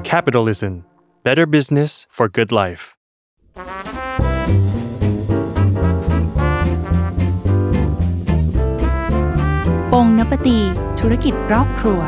Capitalism Better Business for Good Life ปงนปตีธุรกิจรอบครัว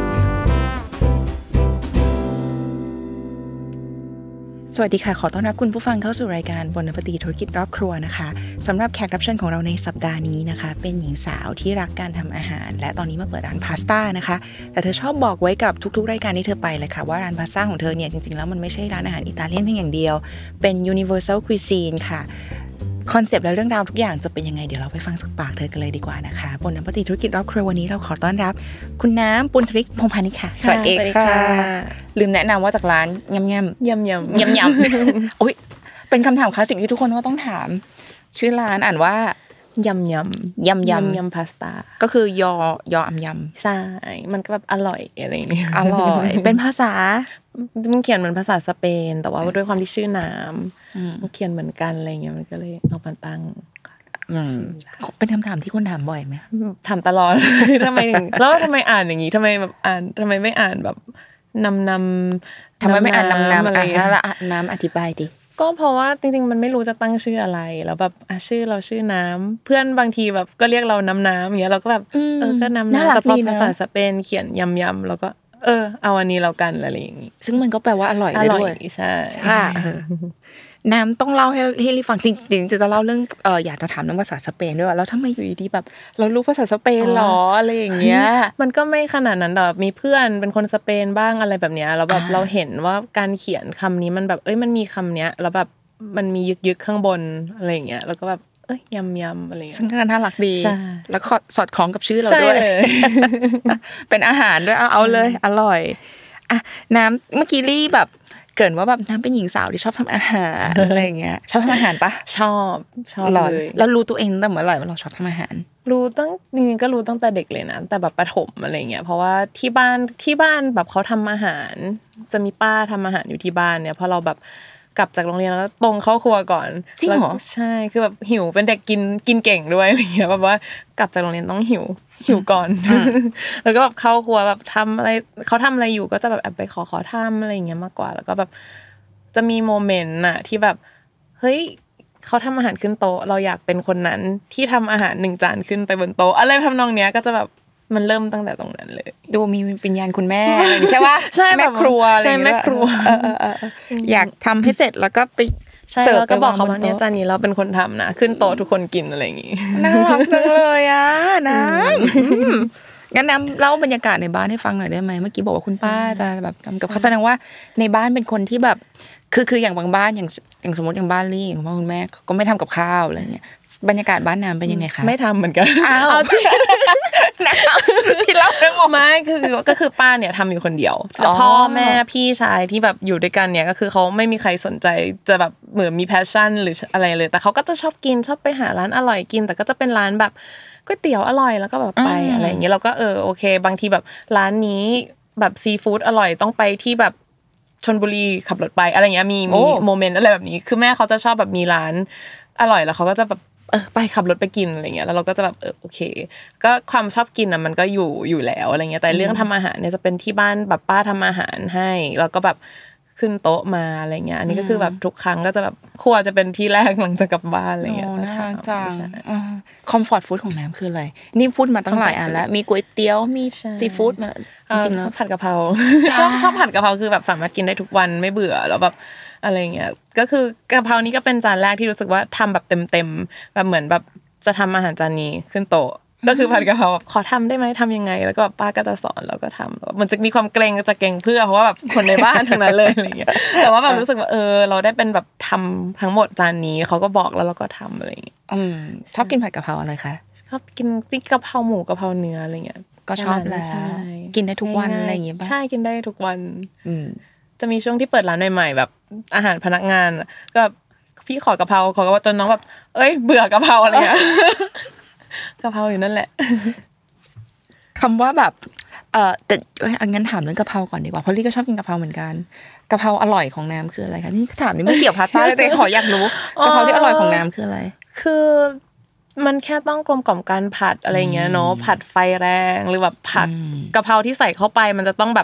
สวัสดีค่ะขอต้อนรับคุณผู้ฟังเข้าสู่รายการปงนปตีธุรกิจรอบครัวนะคะสำหรับแขกรับเชิญของเราในสัปดาห์นี้นะคะเป็นหญิงสาวที่รักการทำอาหารและตอนนี้มาเปิดร้านพาสต้านะคะแต่เธอชอบบอกไว้กับทุกๆรายการที่เธอไปเลยค่ะว่าร้านพาสต้าของเธอเนี่ยจริงๆแล้วมันไม่ใช่ร้านอาหารอิตาเลียนเพียงอย่างเดียวเป็น universal cuisine ค่ะคอนเซปต์และเรื่องราวทุกอย่างจะเป็นยังไงเดี๋ยวเราไปฟังจากปากเธอกันเลยดีกว่านะคะบนน้ำปฏิธุรกิจรอบครัววันนี้เราขอต้อนรับคุณน้ำปุณธริกพงษ์พานิชค่ะสวัสดีค่ะลืมแนะนำว่าจากร้านยำโอ๊ยเป็นคำถามคลาสสิกที่ทุกคนก็ต้องถามชื่อร้านอ่านว่ายำพาสต้าก็คือยอยำใช่มันก็แบบอร่อยอะไรอย่างเงี้ยอร่อยเป็นภาษามันเขียนเหมือนภาษาสเปนแต่ว่าด้วยความที่ชื่อน้ำมันเขียนเหมือนกันอะไรเงี้ยมันก็เลยเอามาตั้งเป็นคำถามที่คนถามบ่อยไหมถามตลอด ทำไมถึงแล้วทำไมอ่านอย่างงี้ทำไมแบบอ่านทำไมไม่อ่านแบบนำทำไมไม่อ่านนำอะไรแล้วน้ำอธิบายดิก็เพราะว่าจริงๆมันไม่รู้จะตั้งชื่ออะไรแล้วแบบชื่อเราชื่อน้ำเพื่อนบางทีแบบก็เรียกเราน้ำอย่างเงี้ยเราก็แบบก็น้ำแต่พอภาษาสเปนเขียนยำแล้วก็เอาอันนี้เรากันอะไรอย่างงี้ซึ่งมันก็แปลว่าอร่อยได้ด้วยใช่น้ำต้องเล่าให้ฟังจริงๆจะเล่าเรื่องอยากจะถามเรื่องภาษาสเปนด้วยแล้วทำไมอยู่ดีๆแบบเรารู้ภาษาสเปนหรออะไรอย่างเงี้ยมันก็ไม่ขนาดนั้นหรอกมีเพื่อนเป็นคนสเปนบ้างอะไรแบบเนี้ยแล้วแบบเราเห็นว่าการเขียนคำนี้มันแบบมันมีคำเนี้ยแล้วแบบมันมียึกๆข้างบนอะไรอย่างเงี้ยแล้วก็แบบยำอะไรอย่างเงี้ยซึ่งก็น่ารักดีแล้วก็สอดคล้องกับชื่อเราด้วย เป็นอาหารด้วยเอาเลยอร่อยอ่ะน้ำเมื่อกี้ลี่แบบเกริ่นว่าแบบน้ำเป็นหญิงสาวที่ชอบทำอาหารอะไรอย่างเงี้ยชอบทำอาหารปะชอบเลยแล้วรู้ตัวเองตั้งแต่เมื่อไหร่ว่าเราชอบทำอาหารรู้จริงๆก็รู้ตั้งแต่เด็กเลยนะแต่แบบประถมอะไรเงี้ยเพราะว่าที่บ้านแบบเขาทำอาหารจะมีป้าทำอาหารอยู่ที่บ้านเนี่ยพอเราแบบกลับจากโรงเรียนแล้วก็ตรงเข้าครัวก่อนจริงเหรอใช่คือแบบหิวเป็นเด็กกินเก่งด้วยอะไรเงี้ยแบบว่ากลับจากโรงเรียนต้องหิวก่อนแล้วก็แบบเข้าครัวแบบทำอะไรเขาทำอะไรอยู่ก็จะแบบแอบไปขอทำอะไรอย่างเงี้ยมากกว่าแล้วก็แบบจะมีโมเมนต์น่ะที่แบบเฮ้ยเขาทำอาหารขึ้นโต๊ะเราอยากเป็นคนนั้นที่ทำอาหาร1จานขึ้นไปบนโต๊ะอะไรทำนองเนี้ยก็จะแบบมันเริ่มตั้งแต่ตรงนั้นเลยดูมีวิญญาณคุณแม่อะไรใช่ป่ะแม่ครัวอะไรอย่างเงี้ยใช่แม่ครัวอยากทำให้เสร็จแล้วก็ไปใช่แล้วก็บอกเขาว่าเนี่ยจานนี้เราเป็นคนทำนะขึ้นโต๊ะทุกคนกินอะไรอย่างงี้น่ารักจังเลยอ่ะนะงั้นน้ำเล่าบรรยากาศในบ้านให้ฟังหน่อยได้ไหมเมื่อกี้บอกว่าคุณป้าจะแบบทำกับข้าวแสดงว่าในบ้านเป็นคนที่แบบคืออย่างบางบ้านอย่างสมมติอย่างบ้านลี่ของพ่อคุณแม่ก็ไม่ทำกับข้าวอะไรเงี้ยบรรยากาศบ้านน้ำเป็นยังไงคะไม่ทำเหมือนกันเอาจริงที่เล่าเรื่องไม่ก็คือป้าเนี่ยทำอยู่คนเดียวพ่อแม่พี่ชายที่แบบอยู่ด้วยกันเนี่ยก็คือเขาไม่มีใครสนใจจะแบบเหมือนมีแพชชั่นหรืออะไรเลยแต่เขาก็จะชอบไปหาร้านอร่อยกินแต่ก็จะเป็นร้านแบบก๋วยเตี๋ยวอร่อยแล้วก็แบบไปอะไรอย่างเงี้ยเราก็โอเคบางทีแบบร้านนี้แบบซีฟู้ดอร่อยต้องไปที่แบบชลบุรีขับรถไปอะไรเงี้ยมีโมเมนต์อะไรแบบนี้คือแม่เขาจะชอบแบบมีร้านอร่อยแล้วเขาก็จะแบบไปขับรถไปกินอะไรเงี้ยแล้วเราก็จะแบบโอเคก็ความชอบกินอ่ะมันก็อยู่แล้วอะไรเงี้ยแต่เรื่องทำอาหารเนี่ยจะเป็นที่บ้านแบบป้าทำอาหารให้แล้วก็แบบขึ้นโต๊ะมาอะไรเงี้ยอันนี้ก็คือแบบทุกครั้งก็จะแบบครัวจะเป็นที่แรกหลังจากกลับบ้านอะไรเงี้ยน่ารักจังคอมฟอร์ตฟู้ดของน้ำคืออะไรนี่พูดมาตั้งหลายอันแล้วมีก๋วยเตี๋ยวมีซีฟู้ดมาจริงๆแล้วผัดกะเพราชอบผัดกะเพราคือแบบสามารถกินได้ทุกวันไม่เบื่อแล้วแบบอะไรเงี้ยก็คือกะเพรานี้ก็เป็นจานแรกที่รู้สึกว่าทำแบบเต็มๆแบบเหมือนแบบจะทำอาหารจานนี้ขึ้นโต๊ะก็คือผัดกะเพราขอทำได้ไหมทำยังไงแล้วก็ป้าก็จะสอนแล้วก็ทำมันจะมีความเกรงจะเกรงเพื่อเพราะว่าแบบคนในบ้านทั้งนั้นเลยอะไรเงี้ยแต่ว่าแบบรู้สึกว่าเราได้เป็นแบบทำทั้งหมดจานนี้เขาก็บอกแล้วเราก็ทำอะไรเงี้ยชอบกินผัดกะเพราอะไรคะชอบกินจิ๊กกะเพราหมูกะเพราเนื้ออะไรเงี้ยก็ชอบแล้วกินได้ทุกวันอะไรอย่างเงี้ยป่ะใช่กินได้ทุกวันจะมีช่วงที่เปิดร้านใหม่ๆแบบอาหารพนักงานก็พี่ขอกะเพราจนน้องแบบเบื่อกะเพราอะไรเงี้ยกะเพราอยู่นั่นแหละคำว่าแบบแต่งั้นถามเรื่องกะเพราก่อนดีกว่าเพราะลี่ก็ชอบกินกะเพราเหมือนกันกะเพราอร่อยของน้ำคืออะไรคะนี่ถามนี่ไม่เกี่ยวพาสต้าเลยแต่ขออยากรู้กะเพราที่อร่อยของน้ำคืออะไรคือมันแค่ต้องกลมกล่อมการผัดอะไรเงี้ยเนาะผัดไฟแรงหรือแบบผัดกะเพราที่ใส่เข้าไปมันจะต้องแบบ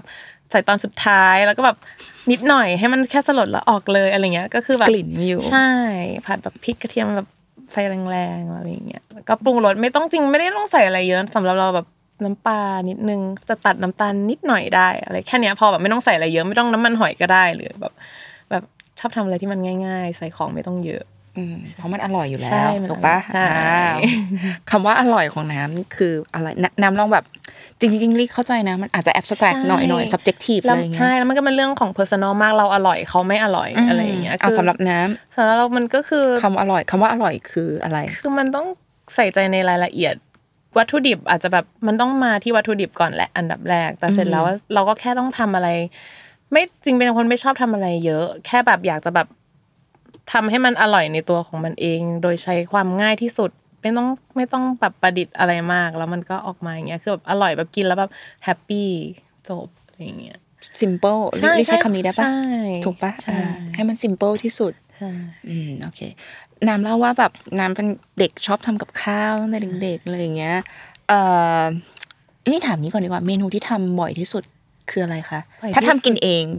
ใส่ตอนสุดท้ายแล้วก็แบบนิดหน่อยให้มันแค่สลดแล้วออกเลยอะไรเงี้ยก็คือแบบกลิ่นมีอยู่ใช่ผัดแบบพริกกระเทียมแบบไฟแรงๆอะไรเงี้ยแล้วก็ปรุงรสไม่ต้องจริงไม่ได้ต้องใส่อะไรเยอะสำหรับเราแบบน้ำปลานิดนึงจะตัดน้ำตาลนิดหน่อยได้อะไรแค่เนี้ยพอแบบไม่ต้องใส่อะไรเยอะไม่ต้องน้ำมันหอยก็ได้หรือแบบชอบทำอะไรที่มันง่ายๆใส่ของไม่ต้องเยอะเพราะมันอร่อยอยู่แล้วถูกปะคำว่าอร่อยของน้ำนี่คืออะไรน้ำลองแบบจริงๆลี่เข้าใจนะมันอาจจะ abstract หน่อย subjective อะไรอย่างเงี้ยใช่แล้วมันก็เป็นเรื่องของ personal มากเราอร่อยเขาไม่อร่อยอะไรอย่างเงี้ยเอาสำหรับน้ำสำหรับเรามันก็คือคำว่าอร่อยคืออะไรคือมันต้องใส่ใจในรายละเอียดวัตถุดิบอาจจะแบบมันต้องมาที่วัตถุดิบก่อนแหละอันดับแรกแต่เสร็จแล้วเราก็แค่ต้องทำอะไรไม่จริงเป็นคนไม่ชอบทำอะไรเยอะแค่แบบอยากจะแบบทำให้มันอร่อยในตัวของมันเองโดยใช้ความง่ายที่สุดไม่ต้องแบบประดิษฐ์อะไรมากแล้วมันก็ออกมาอย่างเงี้ยคือแบบอร่อยแบบกินแล้วแบบแฮปปี้จบอะไรอย่างเงี้ย simple นี่ใช้คำนี้ได้ปะถูกปะให้มัน simple ที่สุดโอเคน้ำเล่าว่าแบบน้ำเป็นเด็กชอบทำกับข้าวตั้งแต่เด็กๆอะไรอย่างเงี้ยนี่ถามนี้ก่อนดีกว่าเมนูที่ทำบ่อยที่สุดคืออะไรคะถ้าทำกินเอง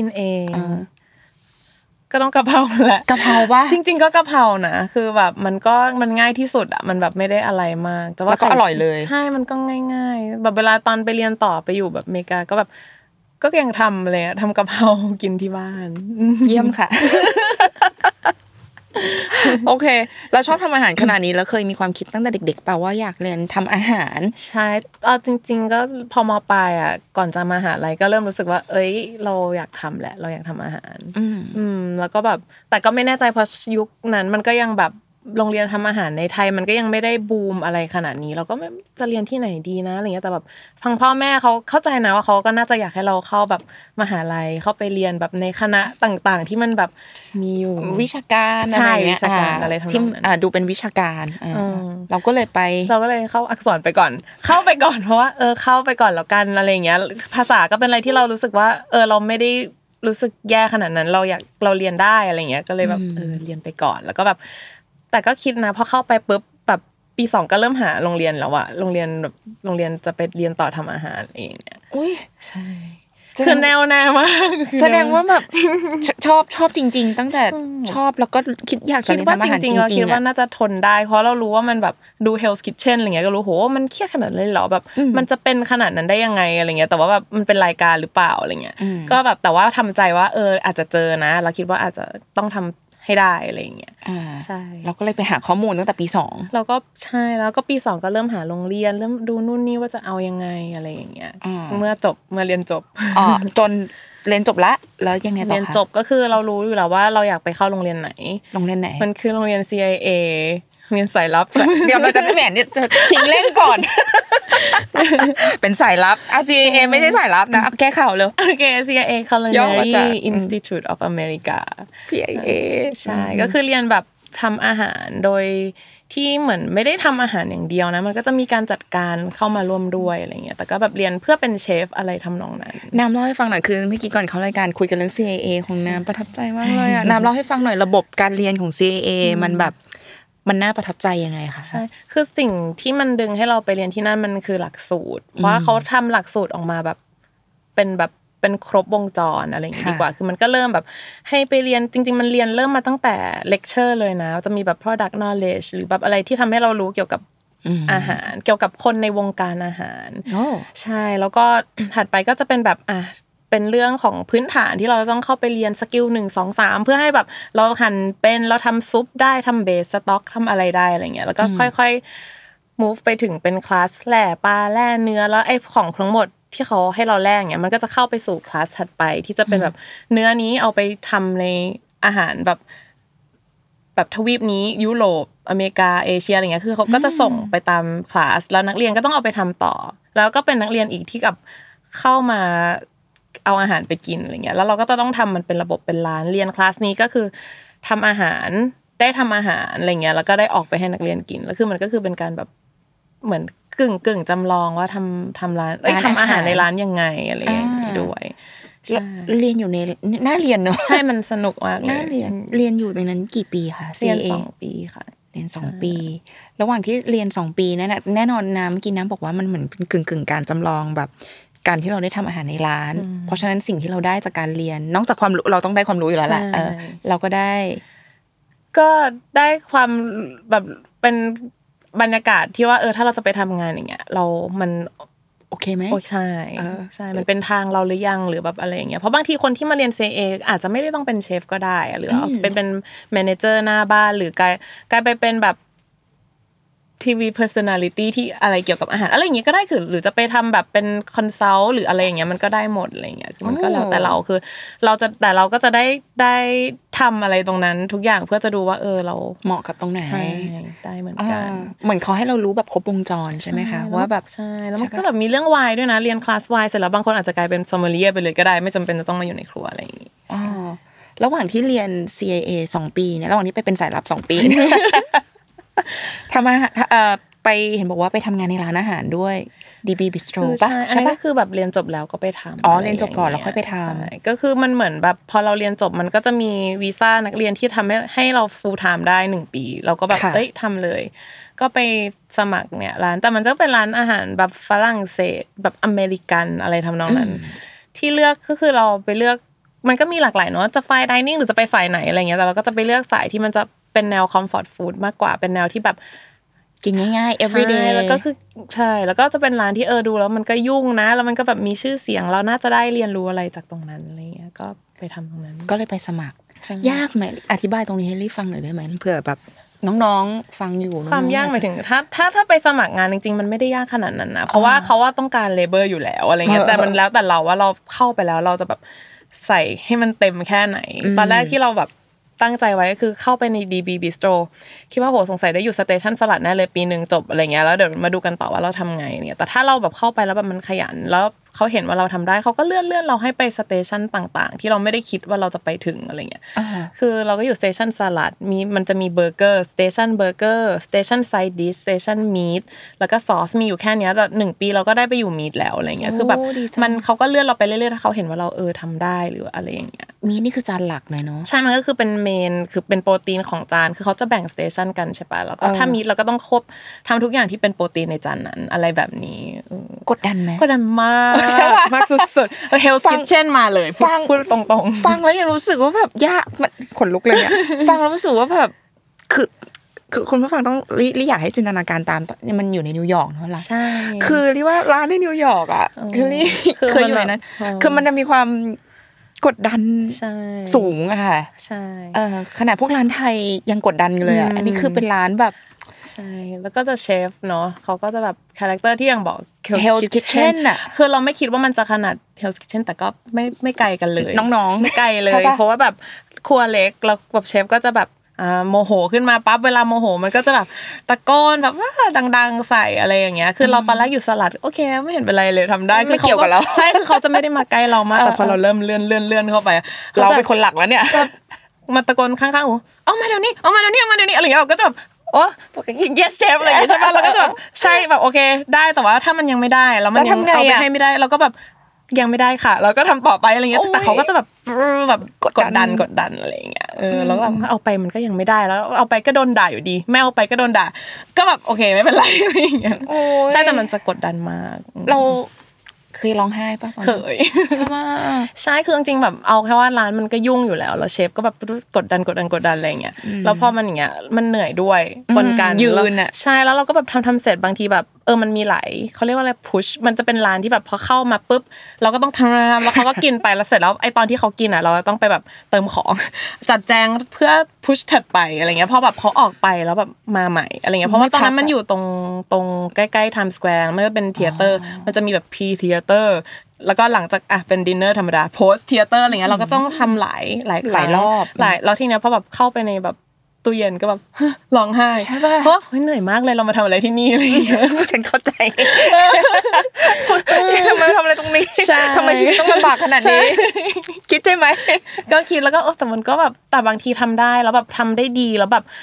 ก็ต้องกะเพราแหละกะเพราป่ะจริงๆก็กะเพรานะคือแบบมันง่ายที่สุดอ่ะมันแบบไม่ได้อะไรมากแต่ว่าก็อร่อยเลยใช่มันก็ง่ายๆแบบเวลาตอนไปเรียนต่อไปอยู่แบบอเมริกาก็แบบก็ยังทำเลยทำกะเพรากินที่บ้านเยี่ยมค่ะโอเคเราชอบทำอาหารขนาดนี้แล้วเคยมีความคิดตั้งแต่เด็กๆเปล่าว่าอยากเรียนทำอาหารใช่เอาจริงๆก็พอม.ปลายอ่ะก่อนจะมหาลัยก็เริ่มรู้สึกว่าเอ้ยเราอยากทำแหละเราอยากทำอาหารแล้วก็แบบแต่ก็ไม่แน่ใจเพราะยุคนั้นมันก็ยังแบบโรงเรียนทำอาหารในไทยมันก็ยังไม่ได้บูมอะไรขนาดนี้เราก็ไม่จะเรียนที่ไหนดีนะอะไรเงี้ยแต่แบบทางพ่อแม่เขาเข้าใจนะว่าเขาก็น่าจะอยากให้เราเข้าแบบมหาลัยเข้าไปเรียนแบบในคณะต่างๆที่มันแบบมีอยู่วิชาการอะไรเงี้ยอะไรทำนองนั้นดูเป็นวิชาการเราก็เลยเข้าอักษรไปก่อนเข้าไปก่อนเพราะว่าเข้าไปก่อนแล้วกันอะไรเงี้ยภาษาก็เป็นอะไรที่เรารู้สึกว่าเราไม่ได้รู้สึกแย่ขนาดนั้นเราเรียนได้อะไรเงี้ยก็เลยแบบเรียนไปก่อนแล้วก็แบบแต่ก็คิดนะพอเข้าไปปุ๊บแบบปี2ก็เริ่มหาโรงเรียนแล้วอะโรงเรียนจะไปเรียนต่อทำอาหารเองเนี่ยอุ้ยใช่คือแนวมากแสดงว่าแบบชอบจริงๆตั้งแต่ชอบแล้วก็คิดอยากจะเรียนทำอาหารจริงๆเราคิดว่าน่าจะทนได้เพราะเรารู้ว่ามันแบบดู Hell's Kitchen อะไรเงี้ยก็รู้โหมันเครียดขนาดเลยเหรอแบบมันจะเป็นขนาดนั้นได้ยังไงอะไรเงี้ยแต่ว่าแบบมันเป็นรายการหรือเปล่าอะไรเงี้ยก็แบบแต่ว่าทำใจว่าอาจจะเจอนะเราคิดว่าอาจจะต้องทำให้ได้อะไรอย่างเงี้ยใช่เราก็เลยไปหาข้อมูลตั้งแต่ปี2 เราก็ใช่แล้วก็ปี2ก็เริ่มหาโรงเรียนเริ่มดูนู่นนี่ว่าจะเอายังไงอะไรอย่างเงี้ยเมื่อเรียนจบจนเรียนจบแล้วยังไงต่อคะเรียนจบก็คือเรารู้อยู่แล้วว่าเราอยากไปเข้าโรงเรียนไหนมันคือโรงเรียน CIA โรงเรียนสายลับเดี๋ยวมันจะไม่แหมเนี่ยจะชิงเล่นก่อนเป็นสายลับCIA ไม่ใช่สายลับนะแก้ข่าวเลยโอเค CIA Culinary Institute of America CIA ใช่ก็คือเรียนแบบทำอาหารโดยที่เหมือนไม่ได้ทำอาหารอย่างเดียวนะมันก็จะมีการจัดการเข้ามาร่วมด้วยอะไรเงี้ยแต่ก็แบบเรียนเพื่อเป็นเชฟอะไรทำนองนั้นน้ำเล่าให้ฟังหน่อยคือเมื่อกี้ก่อนเข้ารายการคุยกันเรื่อง CIA ของน้ำประทับใจมากเลยอ่ะน้ำเล่าให้ฟังหน่อยระบบการเรียนของ CIA มันแบบมันน่าประทับใจยังไงคะใช่คือสิ่งที่มันดึงให้เราไปเรียนที่นั่นมันคือหลักสูตรเพราะว่าเขาทำหลักสูตรออกมาแบบเป็นครบวงจรอะไรอย่างงี้ดีกว่าคือมันก็เริ่มแบบให้ไปเรียนจริงๆมันเรียนเริ่มมาตั้งแต่เลคเชอร์เลยนะจะมีแบบ product knowledge หรือแบบอะไรที่ทำให้เรารู้เกี่ยวกับอาหารเกี่ยวกับคนในวงการอาหารใช่แล้วก็ถัดไปก็จะเป็นแบบเป็นเรื่องของพื้นฐานที่เราต้องเข้าไปเรียนสกิล1 2 3เพื่อให้แบบเราหั่นเป็นเราทำซุปได้ทำเบสสต๊อกทำอะไรได้อะไรเงี้ยแล้วก็ค่อยๆ move ไปถึงเป็นคลาสแหล่ปลาแล่เนื้อแล้วไอ้ของทั้งหมดที่เขาให้เราแลกเนี่ยมันก็จะเข้าไปสู่คลาสถัดไปที่จะเป็นแบบเนื้อนี้เอาไปทำในอาหารแบบทวีปนี้ยุโรปอเมริกาเอเชียอะไรเงี้ยคือเขาก็จะส่งไปตามคลาสแล้วนักเรียนก็ต้องเอาไปทำต่อแล้วก็เป็นนักเรียนอีกที่กับเข้ามาเอาอาหารไปกินอะไรเงี้ยแล้วเราก็ต้องทำมันเป็นระบบเป็นร้านเรียนคลาสนี้ก็คือทำอาหารได้ทำอาหารอะไรเงี้ยแล้วก็ได้ออกไปให้นักเรียนกินแล้วคือมันก็คือเป็นการแบบเหมือนกึ่งจำลองว่าทำร้านทำอาหารในร้านยังไงอะไรอย่างงี้ด้วยเรียนอยู่ในน่าเรียนเนอะใช่มันสนุกมากเลยน่าเรียนอยู่ในนั้นกี่ปีคะเรียน2 ปีค่ะเรียน2 ปีระหว่างที่เรียน2 ปีนั่นแน่นอนน้ำเมื่อกี้น้ำบอกว่ามันเหมือนเป็นกึ่งการจำลองแบบการที่เราได้ทำอาหารในร้านเพราะฉะนั้นสิ่งที่เราได้จากการเรียนนอกจากความรู้เราต้องได้ความรู้อยู่แล้วแหละเราก็ได้ความแบบเป็นบรรยากาศที่ว่าถ้าเราจะไปทำงานอย่างเงี้ยมันโอเคไหมใช่ใช่มันเป็นทางเราหรือยังหรือแบบอะไรอย่างเงี้ยเพราะบางทีคนที่มาเรียน CA อาจจะไม่ได้ต้องเป็นเชฟก็ได้หรืออาจจะเป็นแมเนเจอร์หน้าบ้านหรือกลายไปเป็นแบบทีวี personality ที่อะไรเกี่ยวกับอาหารอะไรอย่างเงี้ยก็ได้คือหรือจะไปทำแบบเป็นคอนซัลท์หรืออะไรอย่างเงี้ยมันก็ได้หมดอะไรอย่างเงี้ยคือมันก็แล้วแต่เราคือเราก็จะได้ทำอะไรตรงนั้นทุกอย่างเพื่อจะดูว่าเราเหมาะกับตรงไหนใช่ได้เหมือนกันเหมือนเขาให้เรารู้แบบครบวงจรใช่ไหมคะว่าแบบใช่แล้วมันก็แบบมีเรื่องไวน์ด้วยนะเรียนคลาสไวน์เสร็จแล้วบางคนอาจจะกลายเป็นซอมเมเลียไปเลยก็ได้ไม่จำเป็นจะต้องมาอยู่ในครัวอะไรอย่างงี้ระหว่างที่เรียน CIA 2 ปีเนี่ยระหว่างที่ไปเป็นสายลับ2 ปีทำไปเห็นบอกว่าไปทำงานในร้านอาหารด้วย DB Bistro ป่ะใช่ก็คือแบบเรียนจบแล้วก็ไปทำเรียนจบก่อนแล้วค่อยไปทำก็คือมันเหมือนแบบพอเราเรียนจบมันก็จะมีวีซ่านักเรียนที่ทำให้เรา full time ได้1 ปีเราก็แบบทำเลยก็ไปสมัครเนี่ยร้านแต่มันจะเป็นร้านอาหารแบบฝรั่งเศสแบบอเมริกันอะไรทำนองนั้นที่เลือกก็คือเราไปเลือกมันก็มีหลากหลายเนาะจะไฟน์ไดนิ่งหรือจะไปสายไหนอะไรเงี้ยแต่เราก็จะไปเลือกสายที่มันจะเป็นแนวคอมฟอร์ตฟู้ดมากกว่าเป็นแนวที่แบบกินง่ายๆ everyday แล้วก็คือใช่แล้วก็จะเป็นร้านที่ดูแล้วมันก็ยุ่งนะแล้วมันก็แบบมีชื่อเสียงเราน่าจะได้เรียนรู้อะไรจากตรงนั้นอะไรเงี้ยก็ไปทำตรงนั้นก็เลยไปสมัครยากไหมอธิบายตรงนี้ให้ลี่ฟังหน่อยได้ไหมเผื่อแบบน้องๆฟังอยู่ความยากหมายถึงถ้าไปสมัครงานจริงๆมันไม่ได้ยากขนาดนั้นนะเพราะว่าเขาว่าต้องการเลเบอร์อยู่แล้วอะไรเงี้ยแต่มันแล้วแต่เราว่าเราเข้าไปแล้วเราจะแบบใส่ให้มันเต็มแค่ไหนตอนแรกที่เราแบบตั้งใจไว้ก็คือเข้าไปใน DB Bistro คิดว่าโหสงสัยได้อยู่สเตชันสลัดแน่เลยปีนึงจบอะไรเงี้ยแล้วเดี๋ยวมาดูกันต่อว่าเราทำไงเนี่ยแต่ถ้าเราแบบเข้าไปแล้วแบบมันขยันแล้วเขาเห็นว่าเราทำได้เขาก็เลื่อนเราให้ไปสเตชันต่างๆที่เราไม่ได้คิดว่าเราจะไปถึงอะไรเงี้ยคือเราก็อยู่สเตชันสลัดมันจะมีเบอร์เกอร์สเตชันเบอร์เกอร์สเตชันไซด์ดิชสเตชันมีทแล้วก็ซอสมีอยู่แค่นี้แต่1 ปีเราก็ได้ไปอยู่มีทแล้วอะไรเงี้ยคือแบบมันเขาก็เลื่อนเราไปเรื่อยๆถ้าเขาเห็นว่าเราทำได้หรืออะไรอย่างเงี้ยมีนี่คือจานหลักเลยเนาะใช่มันก็คือเป็นเมนคือเป็นโปรตีนของจานคือเขาจะแบ่งสเตชันกันใช่ป่ะแล้วก็ถ้ามีทเราก็ต้องครบทำทุกอย่างที่เป็นโปรตีนในจานนั้นอะไรแบบนี้กดดันไหมกดดันมากมากสุดๆ Hell's Kitchen มาเลยพูดตรงๆฟังแล้วยังรู้สึกว่าแบบยากขนลุกเลยเนี่ยฟังแล้วรู้สึกว่าแบบคือคุณผู้ฟังต้องรีอยากให้จินตนาการตามมันอยู่ในนิวยอร์กเนาะล่ะใช่คือรีว่าร้านในนิวยอร์กอ่ะคือรีเคยอยู่ในนั้นคือมันจะมีความกดดันสูงอะค่ะใช่ขนาดพวกร้านไทยยังกดดันเลยอ่ะอันนี้คือเป็นร้านแบบใช่แล้วก็จะเชฟเนาะเขาก็จะแบบคาแรคเตอร์ที่อย่างบอก Hell's Kitchen น่ะคือเราไม่คิดว่ามันจะขนาด Hell's Kitchen แต่ก็ไม่ไกลกันเลยน้องๆไม่ไกลเลยเพราะว่าแบบครัวเล็กแล้วแบบเชฟก็จะแบบโมโหขึ้นมาปั๊บเวลาโมโหมันก็จะแบบตะโกนแบบว่าดังๆใส่อะไรอย่างเงี้ยคือเราตอนแรกอยู่สลัดโอเคไม่เห็นเป็นไรเลยทำได้คือเกี่ยวกับเราใช่คือเขาจะไม่ได้มาใกล้เรามากแต่พอเราเริ่มเลื่อนเข้าไปเราเป็นคนหลักแล้วเนี่ยมาตะโกนข้างๆหูเอามาเดี๋ยวนี้อะไรอย่างเงี้ยก็จะแบบโอ้ yes chef อะไรอย่างเงี้ยใช่ป่ะเราก็จะแบบใช่แบบโอเคได้แต่ว่าถ้ามันยังไม่ได้แล้วมันยังเอาไปให้ไม่ได้เราก็แบบยังไม่ได้ค่ะเราก็ทำต่อไปอะไรเงี้ยแต่เขาก็จะแบบกดดันอะไรอย่างเงี้ยแล้วก็เอาไปมันก็ยังไม่ได้แล้วเอาไปก็โดนด่าอยู่ดีไม่เอาไปก็โดนด่าก็แบบโอเคไม่เป็นไรอะไรอย่างเงี้ยใช่แต่มันจะกดดันมากเราเคยร้องไห้ป่ะเคยใช่ป่ะใช่คือจริงๆแบบเอาแค่ว่าร้านมันก็ยุ่งอยู่แล้วเชฟก็แบบกดดันอะไรอย่างเงี้ยแล้วพอมันอย่างเงี้ยมันเหนื่อยด้วยบนการยืนอ่ะใช่แล้วเราก็แบบทำเสร็จบางทีแบบมันมีหลายเขาเรียกว่าอะไรพุชมันจะเป็นร้านที่แบบพอเข้ามาปุ๊บเราก็ต้องทำแล้วเขาก็กินไปแล้วเสร็จแล้วไอ้ตอนที่เขากินอ่ะเราต้องไปแบบเติมของจัดแจงเพื่อพุชถัดไปอะไรเงี้ยพอแบบเขาออกไปแล้วแบบมาใหม่อะไรเงี้ยเพราะว่าตอนนั้นมันอยู่ตรงใกล้ๆ Times Square ไม่ว่าเป็นเธียเตอร์มันจะมีแบบ Pre-Theater แล้วก็หลังจากเป็นดินเนอร์ธรรมดา Post Theater อะไรเงี้ยเราก็ต้องทำหลายรอบแล้วทีเนี้ยพอแบบเข้าไปในแบบตู้เย็นก็แบบร้องไห้เพราะเหนื่อยมากเลยเรามาทำอะไรที่นี่อะไรอย่างเงี้ยฉันเข้าใจทำไมทำอะไรตรงนี้ทำไมชีวิตต้องลำบากขนาดนี้คิดใช่ไหมก็คิดแล้วก็แต่มันก็แบบแต่บางทีทำได้แล้วแบบทำได้ดีแล้วแบบ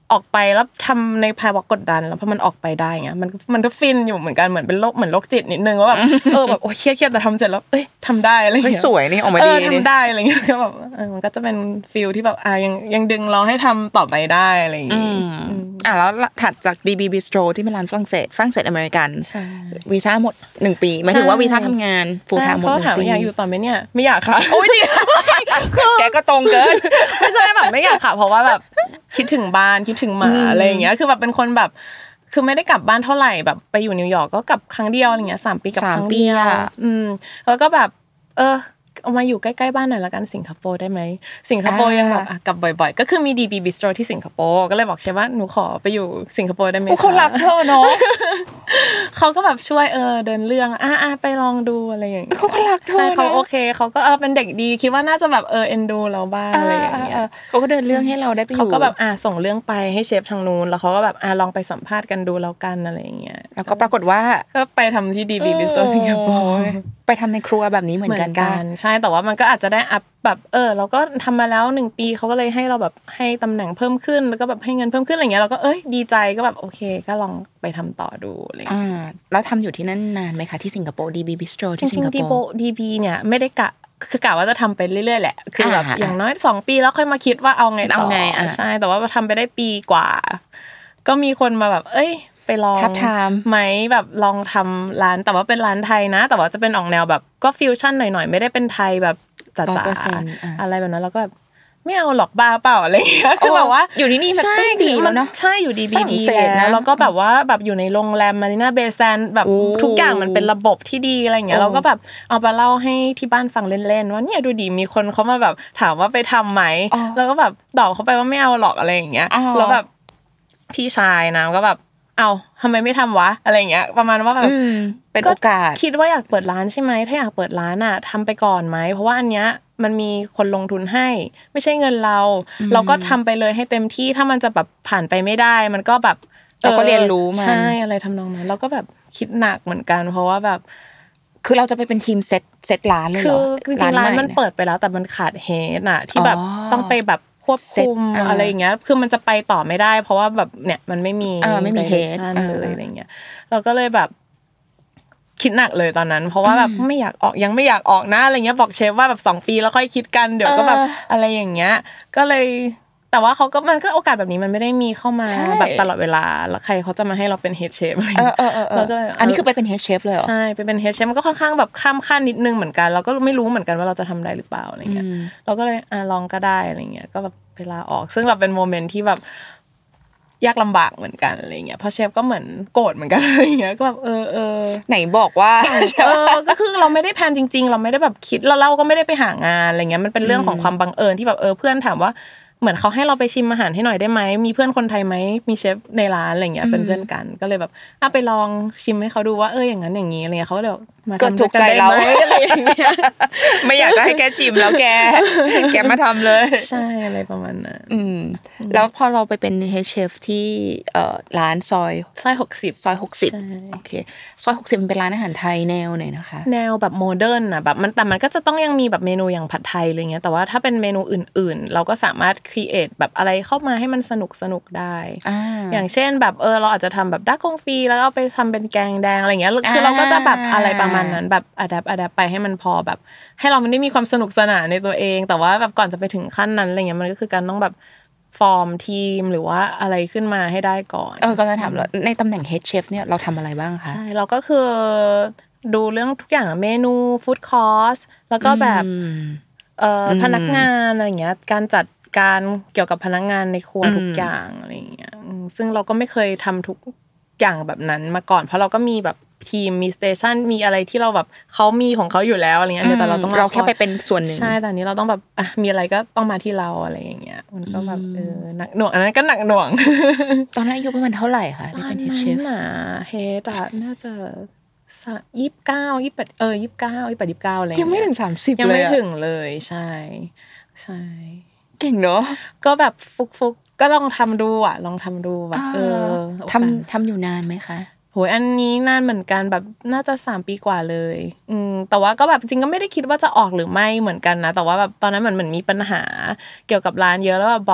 ออกไปแล้วทำในภาวะกดดันแล้วพอมันออกไปได้เงี้ยมันก็ฟินอยู่เหมือนกันเหมือนเป็นโรคจิตนิดนึงว่าแบบแบบโอ้ยเครียดแต่ทำเสร็จแล้วทำได้อะไรเงี้ยสวยนี่ออกมาดีทำได้อะไรเงี้ยก็แบบมันก็จะเป็นฟีลที่แบบยังดึงเราให้ทำต่อไปได้อะไรอย่างงี้แล้วถัดจาก DB Bistro ที่เป็นร้านฝรั่งเศสอเมริกันวีซ่าหมด1ปีหมายถึงว่าวีซ่าทำงานฟูลไทม์หมด1ปีอยากอยู่ต่อไหมเนี่ยไม่อยากค่ะโอ้ยจริงแกก็ตรงเกินไม่ใช่แบบไม่อยากค่ะเพราะว่าแบบคิดถึงบ้านคิดถึงหมาอะไรอย่างเงี้ยคือแบบเป็นคนแบบคือไม่ได้กลับบ้านเท่าไหร่แบบไปอยู่นิวยอร์กก็กลับครั้งเดียวอะไรเงี้ย3ปีกับครั้งเดียวแล้วก็แบบเอามาอยู่ใกล้ๆบ้านหน่อยละกันสิงคโปร์ได้ไหมสิงคโปร์ยังแบบกลับบ่อยๆก็คือมี DB Bistro ที่สิงคโปร์ก็เลยบอกเชฟว่าหนูขอไปอยู่สิงคโปร์ได้ไหมเขารักเธอเนาะเขาก็แบบช่วยเดินเรื่องไปลองดูอะไรอย่างเงี้ยเขารักเธอเขาโอเคเขาก็เป็นเด็กดีคิดว่าน่าจะแบบเอ็นดูเราบ้างอะไรอย่างเงี้ยเขาก็เดินเรื่องให้เราได้ไปอยู่เขาก็แบบส่งเรื่องไปให้เชฟทางนู้นแล้วเขาก็แบบลองไปสัมภาษณ์กันดูแล้วกันอะไรอย่างเงี้ยแล้วก็ปรากฏว่าก็ไปทำที่ DB Bistro สิงคโปร์ไปทำในครัวแบบนี้เหมือนกันใช่แต่ว่ามันก็อาจจะได้อัพแบบเราก็ทำมาแล้ว1ปีเขาก็เลยให้เราแบบให้ตำแหน่งเพิ่มขึ้นแล้วก็แบบให้เงินเพิ่มขึ้นอะไรเงี้ยเราก็ดีใจก็แบบโอเคก็ลองไปทำต่อดูอะไรแล้วทำอยู่ที่นั่นนานไหมคะที่สิงคโปร์ DB Bistro ที่สิงคโปร์ DB เนี่ยไม่ได้คือกะว่าจะทำไปเรื่อยๆแหละคือแบบอย่างน้อย2ปีแล้วค่อยมาคิดว่าเอาไงต่อใช่แต่ว่าทำไปได้ปีกว่าก็มีคนมาแบบไปลองไหมแบบลองทำร้านแต่ว่าเป็นร้านไทยนะแต่ว่าจะเป็นออกแนวแบบก็ฟิวชั่นหน่อยๆไม่ได้เป็นไทยแบบจ๋าๆอะไรแบบนั้นแล้วก็แบบไม่เอาหรอกบ้าเปล่าอะไรอย่างเงี้ยคือแบบว่าอยู่ที่นี่มันต้องดีแล้วเนาะใช่อยู่ DBD แล้วก็แบบว่าแบบอยู่ในโรงแรมมารีนาเบย์แซนด์แบบทุกอย่างมันเป็นระบบที่ดีอะไรอย่างเงี้ยเราก็แบบเอาไปเล่าให้ที่บ้านฟังเล่นๆว่าเนี่ยดูดีมีคนเขามาแบบถามว่าไปทำไหมแล้วก็แบบตอบเขาไปว่าไม่เอาหรอกอะไรอย่างเงี้ยแล้วแบบพี่ชายนะก็แบบเอาทำไมไม่ทำวะอะไรอย่างเงี้ยประมาณว่าแบบเป็นโอกาสคิดว่าอยากเปิดร้านใช่ไหมถ้าอยากเปิดร้านทำไปก่อนไหมเพราะว่าอันเนี้ยมันมีคนลงทุนให้ไม่ใช่เงินเราก็ทำไปเลยให้เต็มที่ถ้ามันจะแบบผ่านไปไม่ได้มันก็แบบเราก็เรียนรู้มันใช่อะไรทำนองนั้นเราก็แบบคิดหนักเหมือนกันเพราะว่าแบบคือเราจะไปเป็นทีมเซตร้านเลยเหรอคือจริงๆร้านมันเปิดไปแล้วแต่มันขาดเฮดที่แบบต้องไปแบบควบคุมอะไรอย่างเงี้ยคือมันจะไปต่อไม่ได้เพราะว่าแบบเนี่ยมันไม่มีเฮดเลยอะไรเงี้ยเราก็เลยแบบคิดหนักเลยตอนนั้นเพราะว่าแบบไม่อยากออกยังไม่อยากออกนะอะไรเงี้ยบอกเชฟว่าแบบ2ปีแล้วค่อยคิดกันเดี๋ยวก็แบบอะไรอย่างเงี้ยก็เลยแต่ว่ามันก็โอกาสแบบนี้มันไม่ได้มีเข้ามาแบบตลอดเวลาแล้วใครเขาจะมาให้เราเป็นเฮดเชฟแล้วก็อันนี้คือไปเป็นเฮดเชฟเลยเหรอใช่ไปเป็นเฮดเชฟมันก็ค่อนข้างแบบข้ามขั้นนิดนึงเหมือนกันเราก็ไม่รู้เหมือนกันว่าเราจะทำได้หรือเปล่าอะไรเงี้ยเราก็เลยลองก็ได้อะไรเงี้ยก็แบบเวลาออกซึ่งแบบเป็นโมเมนต์ที่แบบยากลำบากเหมือนกันอะไรเงี้ยเพราะเชฟก็เหมือนโกรธเหมือนกันอะไรเงี้ยก็แบบไหนบอกว่าก็คือเราไม่ได้แพลนจริงๆเราไม่ได้แบบคิดแล้วเราก็ไม่ได้ไปหางานอะไรเงี้ยมันเป็นเรื่องของความบังเอิญที่แบบเพื่อนถามว่าเหมือนเขาให้เราไปชิมอาหารให้หน่อยได้ไหมมีเพื่อนคนไทยไหมมีเชฟในร้านอะไรเงี้ยเป็นเพื่อนกันก็เลยแบบไปลองชิมให้เขาดูว่าอย่างนั้นอย่างนี้อะไรเงี้ยเขาก็เลยมาก็ถูกใจเราอะไรอย่างเงี้ยไม่อยากจะให้แกชิมแล้วแกมาทำเลยใช่อะไรประมาณนั้นแล้วพอเราไปเป็นเฮดเชฟที่ร้านซอย60โอเคซอย60มันเป็นร้านอาหารไทยแนวไหนนะคะแนวแบบโมเดิร์นแบบแต่มันก็จะต้องยังมีแบบเมนูอย่างผัดไทยอะไรเงี้ยแต่ว่าถ้าเป็นเมนูอื่นๆเราก็สามารถครีเอทแบบอะไรเข้ามาให้มันสนุกได้อย่างเช่นแบบเราอาจจะทำแบบดักคงฟีแล้วเอาไปทำเป็นแกงแดงอะไรเงี้ยคือเราก็จะแบบอะไรประมาณนั้นแบบอะแดปไปให้มันพอแบบให้เรามันได้มีความสนุกสนานในตัวเองแต่ว่าแบบก่อนจะไปถึงขั้นนั้นอะไรเงี้ยมันก็คือการต้องแบบฟอร์มทีมหรือว่าอะไรขึ้นมาให้ได้ก่อนก็จะถามแล้วในตำแหน่งเฮดเชฟเนี่ยเราทำอะไรบ้างคะใช่เราก็คือดูเรื่องทุกอย่างเมนูฟู้ดคอร์สแล้วก็แบบพนักงานอะไรเงี้ยการจัดการเกี่ยวกับพนักงานในครัวทุกอย่างอะไรเงี้ยซึ่งเราก็ไม่เคยทำทุกอย่างแบบนั้นมาก่อนเพราะเราก็มีแบบทีมมีสเตชันมีอะไรที่เราแบบเขามีของเขาอยู่แล้วอะไรเงี้ยแต่เราแค่ไปเป็นส่วนหนึ่งใช่แต่นี้เราต้องแบบมีอะไรก็ต้องมาที่เราอะไรอย่างเงี้ยมันก็แบบหนักหน่วงอันนั้นก็หนักหน่วงตอนนั้นอายุประมาณเท่าไหร่คะที่เป็นเฮดเชฟเฮดน่าจะ29 28 29อะไรยังไม่ถึง30เลยยังไม่ถึงเลยใช่เก่งเนาะก็แบบฟุกก็ลองทำดูลองทำดูแบบทำอยู่นานไหมคะโหยอันนี้นานเหมือนกันแบบน่าจะ3ปีกว่าเลยแต่ว่าก็แบบจริงก็ไม่ได้คิดว่าจะออกหรือไม่เหมือนกันนะแต่ว่าแบบตอนนั้นเหมือนมีปัญหาเกี่ยวกับร้านเยอะแล้วแบบบอก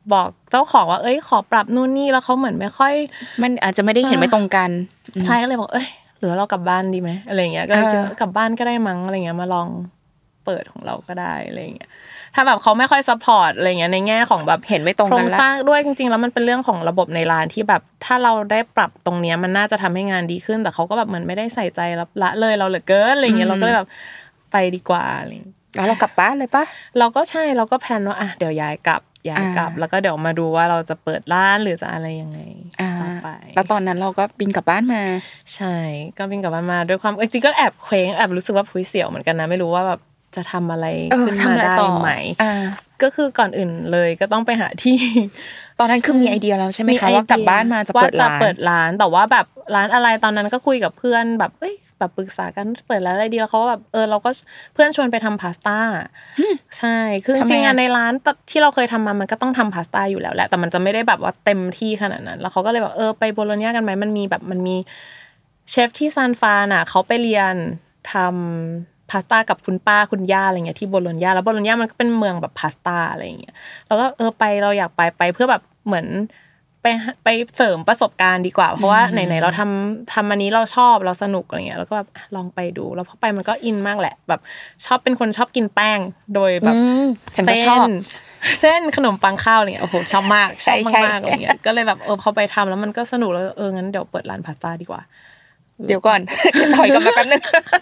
บอกเจ้าของว่าเอ้ยขอปรับนู่นนี่แล้วเขาเหมือนไม่ค่อยมันอาจจะไม่ได้เห็นไม่ตรงกันใช่ก็เลยบอกเอ้ยหรือเรากลับบ้านดีไหมอะไรเงี้ยก็กลับบ้านก็ได้มั้งอะไรเงี้ยมาลองเปิดของเราก็ได้อะไรเงี้ยถ้าแบบเขาไม่ค่อยซัพพอร์ตอะไรเงี้ยในแง่ของแบบเห็นไม่ตรงกันโครงสร้างด้วยจริงๆแล้วมันเป็นเรื่องของระบบในร้านที่แบบถ้าเราได้ปรับตรงเนี้ยมันน่าจะทำให้งานดีขึ้นแต่เขาก็แบบเหมือนไม่ได้ใส่ใจละเลยเราเหลือเกินอะไรเงี้ยเราก็เลยแบบไปดีกว่าอะไรแล้วเรากลับบ้านเลยปะเราก็ใช่เราก็แพลนว่าอ่ะเดี๋ยวย้ายกลับแล้วก็เดี๋ยวมาดูว่าเราจะเปิดร้านหรือจะอะไรยังไงต่อไปแล้วตอนนั้นเราก็บินกลับบ้านมาใช่ก็บินกลับบ้านมาด้วยความจริงๆก็แอบเคว้งแอบรู้สึกว่าเสียวเหมือนกันนะไม่รู้ว่าแบบจะทำอะไรขึ้นมาได้ไหมก็คือก่อนอื่นเลยก็ต้องไปหาที่ตอนนั้นคือมีไอเดียแล้วใช่ไหมคะว่ากลับบ้านมาจะเปิดร้านแต่ว่าแบบร้านอะไรตอนนั้นก็คุยกับเพื่อนแบบแบบปรึกษากันเปิดร้านอะไรดีแล้วเขาก็แบบเราก็เพื่อนชวนไปทำพาสต้าใช่คือจริงๆในร้านที่เราเคยทำมามันก็ต้องทำพาสต้าอยู่แล้วแหละแต่มันจะไม่ได้แบบว่าเต็มที่ขนาดนั้นแล้วเขาก็เลยแบบไปโบโลญญากันไหมมันมีเชฟที่ซานฟรานอ่ะเขาไปเรียนทำพาสต้ากับคุณป้าคุณย่าอะไรเงี้ยที่โบโลญญาแล้วโบโลญญามันก็เป็นเมืองแบบพาสต้าอะไรเงี้ยแล้วก็ไปเราอยากไปเพื่อแบบเหมือนไปเสริมประสบการณ์ดีกว่าเพราะว่าไหนๆเราทำอันนี้เราชอบเราสนุกอะไรเงี้ยแล้วก็แบบลองไปดูแล้วพอไปมันก็อินมากแหละแบบชอบเป็นคนชอบกินแป้งโดยแบบเส้นขนมปังข้าวอะไรเงี้ยโอ้โหชอบมากชอบมากๆอะไรเงี้ยก็เลยแบบพอไปทำแล้วมันก็สนุกแล้วงั้นเดี๋ยวเปิดร้านพาสต้าดีกว่าเดี๋ยวก่อนถอยกลับมาแป๊บนึง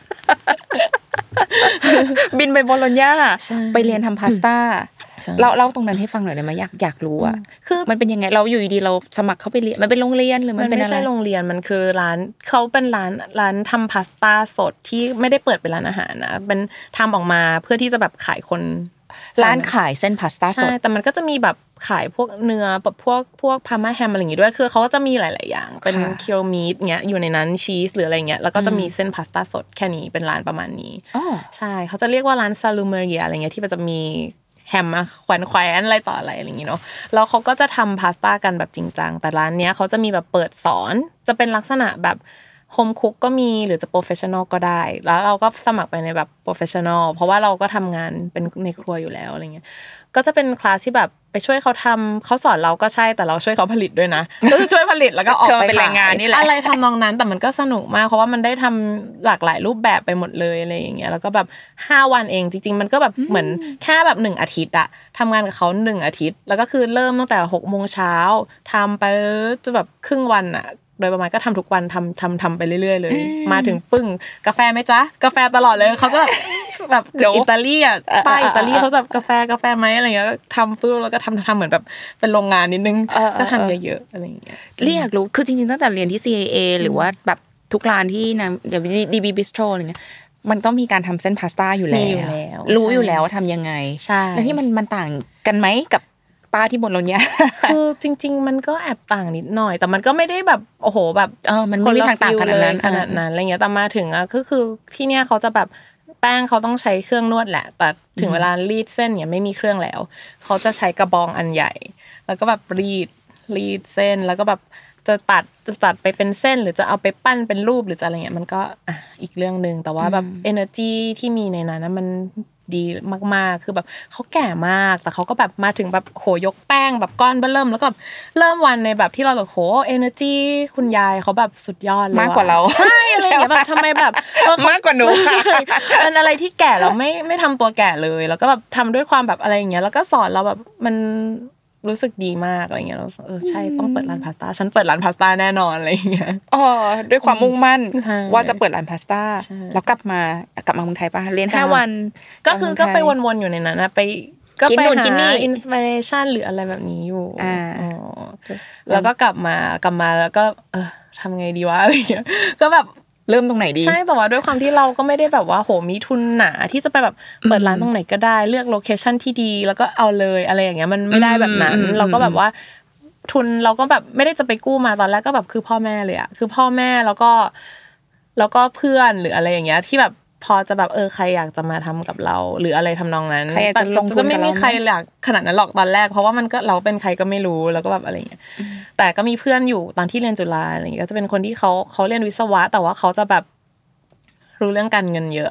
บินไปโบโลญญาไปเรียนทำพาสต้าเล่าตรงนั้นให้ฟังหน่อยได้ไหมอยากรู้อ่ะคือมันเป็นยังไงเราอยู่ดีเราสมัครเข้าไปเรียนมันเป็นโรงเรียนหรือมันเป็นอะไรไม่ใช่โรงเรียนมันคือร้านเขาเป็นร้านทำพาสต้าสดที่ไม่ได้เปิดเป็นร้านอาหารนะเป็นทำออกมาเพื่อที่จะแบบขายคนร้านขายเส้นพาสต้าสดใช่แต่มันก็จะมีแบบขายพวกเนื้อแบบพวกพาร์มาแฮมอะไรอย่างงี้ด้วยคือเขาก็จะมีหลายๆอย่างเป็นเคียวมีทเงี้ยอยู่ในนั้นชีสหรืออะไรเงี้ยแล้วก็จะมีเส้นพาสต้าสดแค่นี้เป็นร้านประมาณนี้ใช่เขาจะเรียกว่าร้านซาลูเมเรียอะไรเงี้ยที่มันจะมีแฮมมาแขวนอะไรต่ออะไรอย่างงี้เนาะแล้วเขาก็จะทำพาสต้ากันแบบจริงจังแต่ร้านเนี้ยเขาจะมีแบบเปิดสอนจะเป็นลักษณะแบบโฮมคุกก็มีหรือจะโปรเฟสชั่นอลก็ได้แล้วเราก็สมัครไปในแบบโปรเฟสชั่นอลเพราะว่าเราก็ทำงานเป็นในครัวอยู่แล้วอะไรเงี้ยก็จะเป็นคลาสที่แบบไปช่วยเขาทำเขาสอนเราก็ใช่แต่เราช่วยเขาผลิตด้วยนะก็ช่วยผลิตแล้วก็ออกไปขายอะไรทำนองนั้นแต่มันก็สนุกมากเพราะว่ามันได้ทำหลากหลายรูปแบบไปหมดเลยอะไรอย่างเงี้ยแล้วก็แบบ5วันเองจริงๆมันก็แบบเหมือนแค่แบบ1อาทิตย์อะทำงานกับเขา1อาทิตย์แล้วก็คือเริ่มตั้งแต่ 6:00 นทำไปจนแบบครึ่งวันอะโดยประมาณก็ทำทุกวันทำไปเรื่อยๆเลยมาถึงปึ้งกาแฟไหมจ๊ะกาแฟตลอดเลยเขาจะแบบอิตาลีอ่ะป้าอิตาลีเขาจะกาแฟไหมอะไรเงี้ยทำปุ๊บแล้วก็ทำเหมือนแบบเป็นโรงงานนิดนึงก็ทำเยอะๆอะไรอย่างเงี้ยเรียกรู้คือจริงๆตั้งแต่เรียนที่ CAA หรือว่าแบบทุกร้านที่นะเดี๋ยว DB Bistro อะไรเงี้ยมันต้องมีการทำเส้นพาสต้าอยู่แล้วรู้อยู่แล้วว่าทำยังไงแล้วที่มันต่างกันไหมกับป้าที่บนโลญญาคือจริงๆมันก็แอบต่างนิดหน่อยแต่มันก็ไม่ได้แบบโอ้โหแบบมันไม่มีทางต่างขนาดนั้นอะไรเงี้ยแต่มาถึงอ่ะก็คือที่เนี้ยเขาจะแบบแป้งเขาต้องใช้เครื่องนวดแหละแต่ถึงเวลารีดเส้นเนี่ยไม่มีเครื่องแล้วเขาจะใช้กระบองอันใหญ่แล้วก็แบบรีดเส้นแล้วก็แบบจะตัดไปเป็นเส้นหรือจะเอาไปปั้นเป็นรูปหรือจะอะไรเงี้ยมันก็อีกเรื่องนึงแต่ว่าแบบ energy ที่มีในนั้นนะมันดีมากๆคือแบบเขาแก่มากแต่เขาก็แบบมาถึงแบบโหยกแป้งแบบก้อนเบิ่มแล้วก็เริ่มวันในแบบที่เราแบบโห energy คุณยายเขาแบบสุดยอดเลยมากกว่าเราใช่อะไรอย่างเงี้ยแบบทำไมแบบมากกว่าหนูค่ะเป็นอะไรที่แก่แล้วไม่ทำตัวแก่เลยแล้วก็แบบทำด้วยความแบบอะไรอย่างเงี้ยแล้วก็สอนเราแบบมันรู้สึกดีมากอะไรเงี้ยเราใช่ต้องเปิดร้านพาสต้าฉันเปิดร้านพาสต้าแน่นอนอะไรอย่างเงี้ยด้วยความมุ่งมั่นว่าจะเปิดร้านพาสต้าแล้วกลับมาเมืองไทยป่ะเรียน5วันก็คือก็ไปวนๆอยู่ในนั้นนะไปก็ไปหาอินสปิเรชันหรืออะไรแบบนี้อยู่แล้วก็กลับมาแล้วก็ทำไงดีวะอะไรเงี้ยก็แบบเริ่มตรงไหนดีใช่แต่ว่าด้วยความที่เราก็ไม่ได้แบบว่าโหมีทุนหนาที่จะไปแบบเปิดร้านตรงไหนก็ได้เลือกโลเคชั่นที่ดีแล้วก็เอาเลยอะไรอย่างเงี้ยมันไม่ได้แบบนั้นเราก็แบบว่าทุนเราก็แบบไม่ได้จะไปกู้มาตอนแรกก็แบบคือพ่อแม่เลยอะคือพ่อแม่แล้วก็เพื่อนหรืออะไรอย่างเงี้ยที่แบบพอจะแบบใครอยากจะมาทำกับเราหรืออะไรทำนองนั้นแต่จะไม่มีใครอยากขนาดนั้นหรอกตอนแรกเพราะว่ามันก็เราเป็นใครก็ไม่รู้แล้วก็แบบอะไรเงี้ยแต่ก็มีเพื่อนอยู่ตอนที่เรียนจุฬาอะไรเงี้ยก็จะเป็นคนที่เขาเรียนวิศวะแต่ว่าเขาจะแบบรู้เรื่องการเงินเยอะ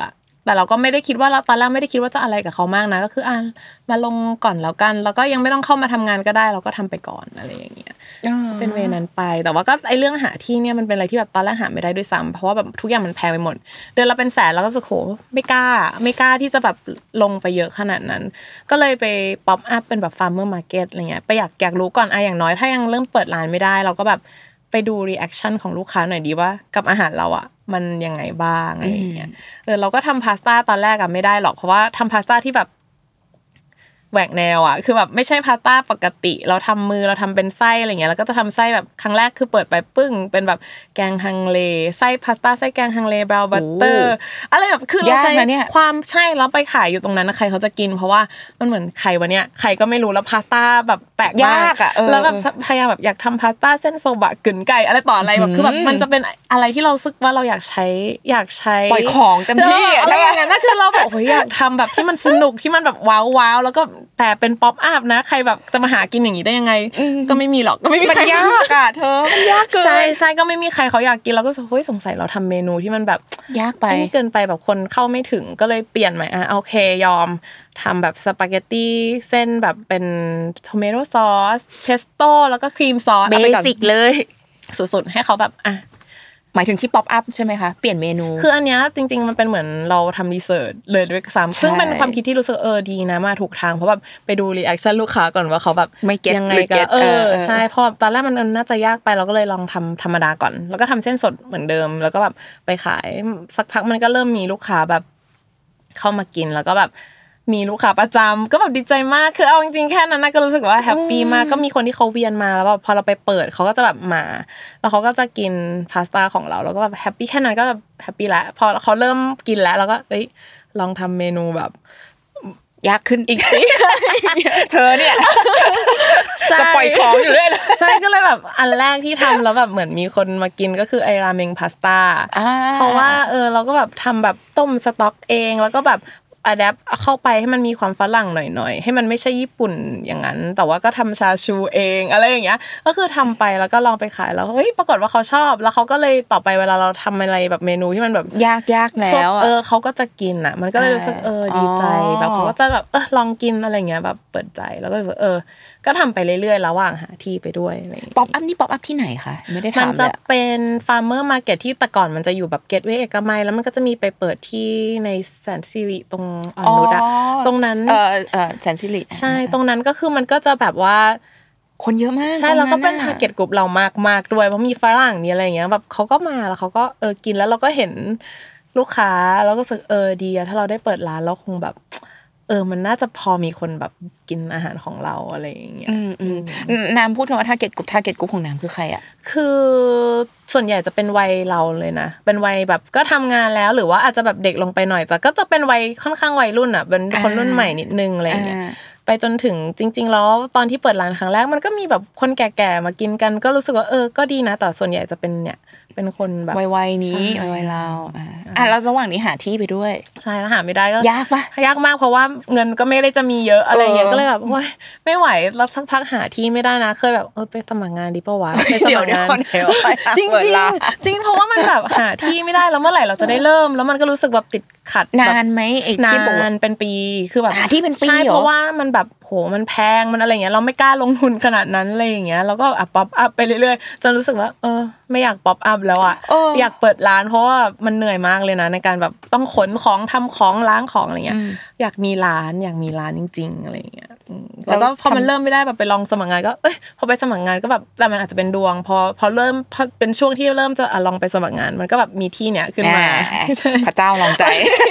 แต่เราก็ไม่ได้คิดว่าเราตอนแรกไม่ได้คิดว่าจะอะไรกับเขามากนะก็คือมาลงก่อนแล้วกันแล้วก็ยังไม่ต้องเข้ามาทำงานก็ได้เราก็ทำไปก่อนอะไรอย่างเงี้ยเป็นเวนั้นไปแต่ว่าก็ไอ้เรื่องหาที่เนี่ยมันเป็นอะไรที่แบบตอนแรกหาไม่ได้ด้วยซ้ำเพราะว่าแบบทุกอย่างมันแพงไปหมดเดือนละเป็นแสนแล้วก็รู้สึกโหไม่กล้าที่จะแบบลงไปเยอะขนาดนั้นก็เลยไปป๊อปอัพเป็นแบบ farmer market อะไรเงี้ยไปอยากรู้ก่อนอย่างน้อยถ้ายังเริ่มเปิดร้านไม่ได้เราก็แบบไปดูรีแอคชั่นของลูกค้าหน่อยดีว่ากับอาหารเราอ่ะมันยังไงบ้างอะไรอย่างเงี้ยเราก็ทำพาสต้าตอนแรกอ่ะไม่ได้หรอกเพราะว่าทำพาสต้าที่แบบแหวกแนวอ่ะคือแบบไม่ใช่พาสต้าปกติเราทำมือเราทำเป็นไส้อะไรเงี้ยแล้วก็จะทำไส้แบบครั้งแรกคือเปิดไปปึ้งเป็นแบบแกงฮังเลไส้พาสต้าไส้แกงฮังเลบราวน์บัตเตอร์อะไรแบบคือเราใช้ความใช่แล้วไปขายอยู่ตรงนั้นใครเขาจะกินเพราะว่ามันเหมือนไข่วันเนี้ยใครก็ไม่รู้แล้วพาสต้าแบบแปลกมากแล้วแบบพยายามแบบอยากทำพาสต้าเส้นโซบะกึ่นไก่อะไรต่ออะไรแบบคือแบบมันจะเป็นอะไรที่เราสึกว่าเราอยากใช้ปล่อยของเต็มที่อะไรอย่างเงี้ยนั่นคือเราแบบโอ้ยอยากทำแบบที่มันสนุกที่มันแบบว้าวแล้วก็แต่เป็นป๊อปอัพนะใครแบบจะมาหากินอย่างนี้ได้ยังไงก็ไม่มีหรอกก็ไม่มีใครมันยากอ่ะเธอมันยากเกินใช่ก็ไม่มีใครเขาอยากกินเราก็เฮ้ยสงสัยเราทำเมนูที่มันแบบยากไปเกินไปแบบคนเข้าไม่ถึงก็เลยเปลี่ยนใหม่โอเคยอมทำแบบสปาเกตตี้เส้นแบบเป็นทอมเมโตซอสเพสโต้แล้วก็ครีมซอสเบสิกเลยสุดๆให้เขาแบบหมายถึงที่ป๊อปอัพใช่ไหมคะเปลี่ยนเมนูคืออันเนี้ยจริงๆมันเป็นเหมือนเราทำรีเสิร์ชเลยด้วยซ้ำซึ่งเป็นความคิดที่รู้สึกดีนะมาถูกทางเพราะแบบไปดูรีแอคชั่นลูกค้าก่อนว่าเขาแบบไม่เก็ตยังไงกันใช่เพราะตอนแรกมันน่าจะยากไปเราก็เลยลองทำธรรมดาก่อนแล้วก็ทำเส้นสดเหมือนเดิมแล้วก็แบบไปขายสักพักมันก็เริ่มมีลูกค้าแบบเข้ามากินแล้วก็แบบมีลูกค้าประจำก็แบบดีใจมากคือเอาจริงๆแค่นั้นนะก็รู้สึกว่าแฮปปี้มากก็มีคนที่เขาเวียนมาแล้วแบบพอเราไปเปิดเขาก็จะแบบมาแล้วเขาก็จะกินพาสต้าของเราแล้วก็แบบแฮปปี้แค่นั้นก็แบบแฮปปี้แล้วพอเขาเริ่มกินแล้วเราก็ลองทำเมนูแบบยากขึ้นอีกสิเธอเนี่ยจะปล่อยของอยู่เลยใช่ก็เลยแบบอันแรกที่ทำแล้วแบบเหมือนมีคนมากินก็คือไอราเมงพาสต้าเพราะว่าเราก็แบบทำแบบต้มสต๊อกเองแล้วก็แบบอะแดปเข้าไปให้มันมีความฝรั่งหน่อยๆให้มันไม่ใช่ญี่ปุ่นอย่างนั้นแต่ว่าก็ทำชาชูเองอะไรอย่างเงี้ยก็คือทำไปแล้วก็ลองไปขายแล้วปรากฏว่าเขาชอบแล้วเขาก็เลยต่อไปเวลาเราทำอะไรแบบเมนูที่มันแบบยากแล้วเขาก็จะกินอ่ะมันก็เลยรู้สึกดีใจแบบเขาก็จะแบบลองกินอะไรเงี้ยแบบเปิดใจแล้วก็รู้สึกก็ทำไปเรื่อยๆระหว่างหาที่ไปด้วยอะไรอย่างเงี้ยป๊อปอัพนี่ป๊อปอัพที่ไหนคะไม่ได้ถามมันจะเป็นฟาร์มเมอร์มาร์เก็ตที่แต่ก่อนมันจะอยู่แบบเกตเวย์เอกมัยแล้วมันก็จะมีไปเปิดที่ในแสนสิริตรงนุชอะตรงนั้นแสนสิริใช่ตรงนั้นก็คือมันก็จะแบบว่าคนเยอะมากใช่แล้วก็เป็นทาร์เก็ตกลุ่มเรามากๆด้วยเพราะมีฝรั่งมีอะไรอย่างเงี้ยแบบเขาก็มาแล้วเขาก็กินแล้วเราก็เห็นลูกค้าแล้วก็รู้สึกดีอะถ้าเราได้เปิดร้านเราคงแบบมันน่าจะพอมีคนแบบกินอาหารของเราอะไรอย่างเงี้ยน้ำพูดถึงว่าทาร์เก็ตกลุ่มของน้ำคือใครอ่ะคือส่วนใหญ่จะเป็นวัยเราเลยนะเป็นวัยแบบก็ทำงานแล้วหรือว่าอาจจะแบบเด็กลงไปหน่อยแต่ก็จะเป็นวัยค่อนข้างวัยรุ่นอ่ะเป็นคนรุ่นใหม่นิดนึงอะไรอย่างเงี้ยไปจนถึงจริงๆแล้วตอนที่เปิดร้านครั้งแรกมันก็มีแบบคนแก่ๆมากินกันก็รู้สึกว่าก็ดีนะแต่ส่วนใหญ่จะเป็นเนี่ยเป็นคนแบบวัยนี้วัยเราแล้วระหว่างนี้หาที่ไปด้วยใช่แล้วหาไม่ได้ก็ยากปะยากมากเพราะว่าเงินก็ไม่ได้จะมีเยอะอะไรเงี้ยก็เลยแบบโอ๊ยไม่ไหวแล้วสักพักหาที่ไม่ได้นะเคยแบบไปสมัครงานดีป่ะวะไปสมัครงานจริงจริงเพราะว่ามันแบบหาที่ไม่ได้แล้วเมื่อไหร่เราจะได้เริ่มแล้วมันก็รู้สึกแบบติดขัดนานไหมนานเป็นปีคือแบบที่เป็นปีใช่เพราะว่ามันแบบโหมันแพงมันอะไรเงี้ยเราไม่กล้าลงทุนขนาดนั้นอะไรอย่างเงี้ยเราก็ป๊อปอัพไปเรื่อยๆจนรู้สึกว่าไม่อยากป๊อปอัพแล้วอ่ะอยากเปิดร้านเพราะว่ามันเหนื่อยมากเลยนะในการแบบต้องขนของทำของล้างของอะไรเงี้ยอยากมีร้านจริงๆอะไรอย่างเงี้ยแล้วก็พอมันเริ่มไม่ได้แบบไปลองสมัครงานก็พอไปสมัครงานก็แบบแต่มันอาจจะเป็นดวงพอเริ่มเป็นช่วงที่เริ่มจะลองไปสมัครงานมันก็แบบมีที่เนี้ยขึ้นมาพระเจ้าลองใจ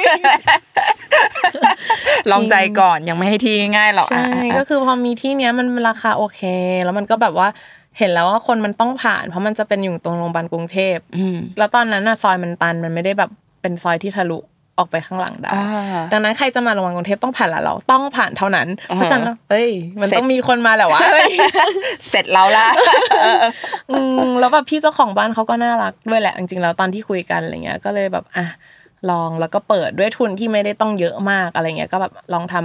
ลองใจก่อนยังไม่ให้ที่ง่ายหรอกใช่ก็คือพอมีที่เนี้ยมันราคาโอเคแล้วมันก็แบบว่าเห็นแล้วว่าคนมันต้องผ่านเพราะมันจะเป็นอยู่ตรงโรงพยาบาลกรุงเทพแล้วตอนนั้นน่ะซอยมันตันมันไม่ได้แบบเป็นซอยที่ทะลุออกไปข้างหลังได้ดังนั้นใครจะมาโรงพยาบาลกรุงเทพต้องผ่านเราต้องผ่านเท่านั้นเพราะฉะนั้นมันต้องมีคนมาแหละวะเสร็จแล้วล่ะแล้วแบบพี่เจ้าของบ้านเขาก็น่ารักด้วยแหละจริงๆแล้วตอนที่คุยกันอะไรเงี้ยก็เลยแบบลองแล้วก็เปิดด้วยทุนที่ไม่ได้ต้องเยอะมากอะไรเงี้ยก็แบบลองทำแบบ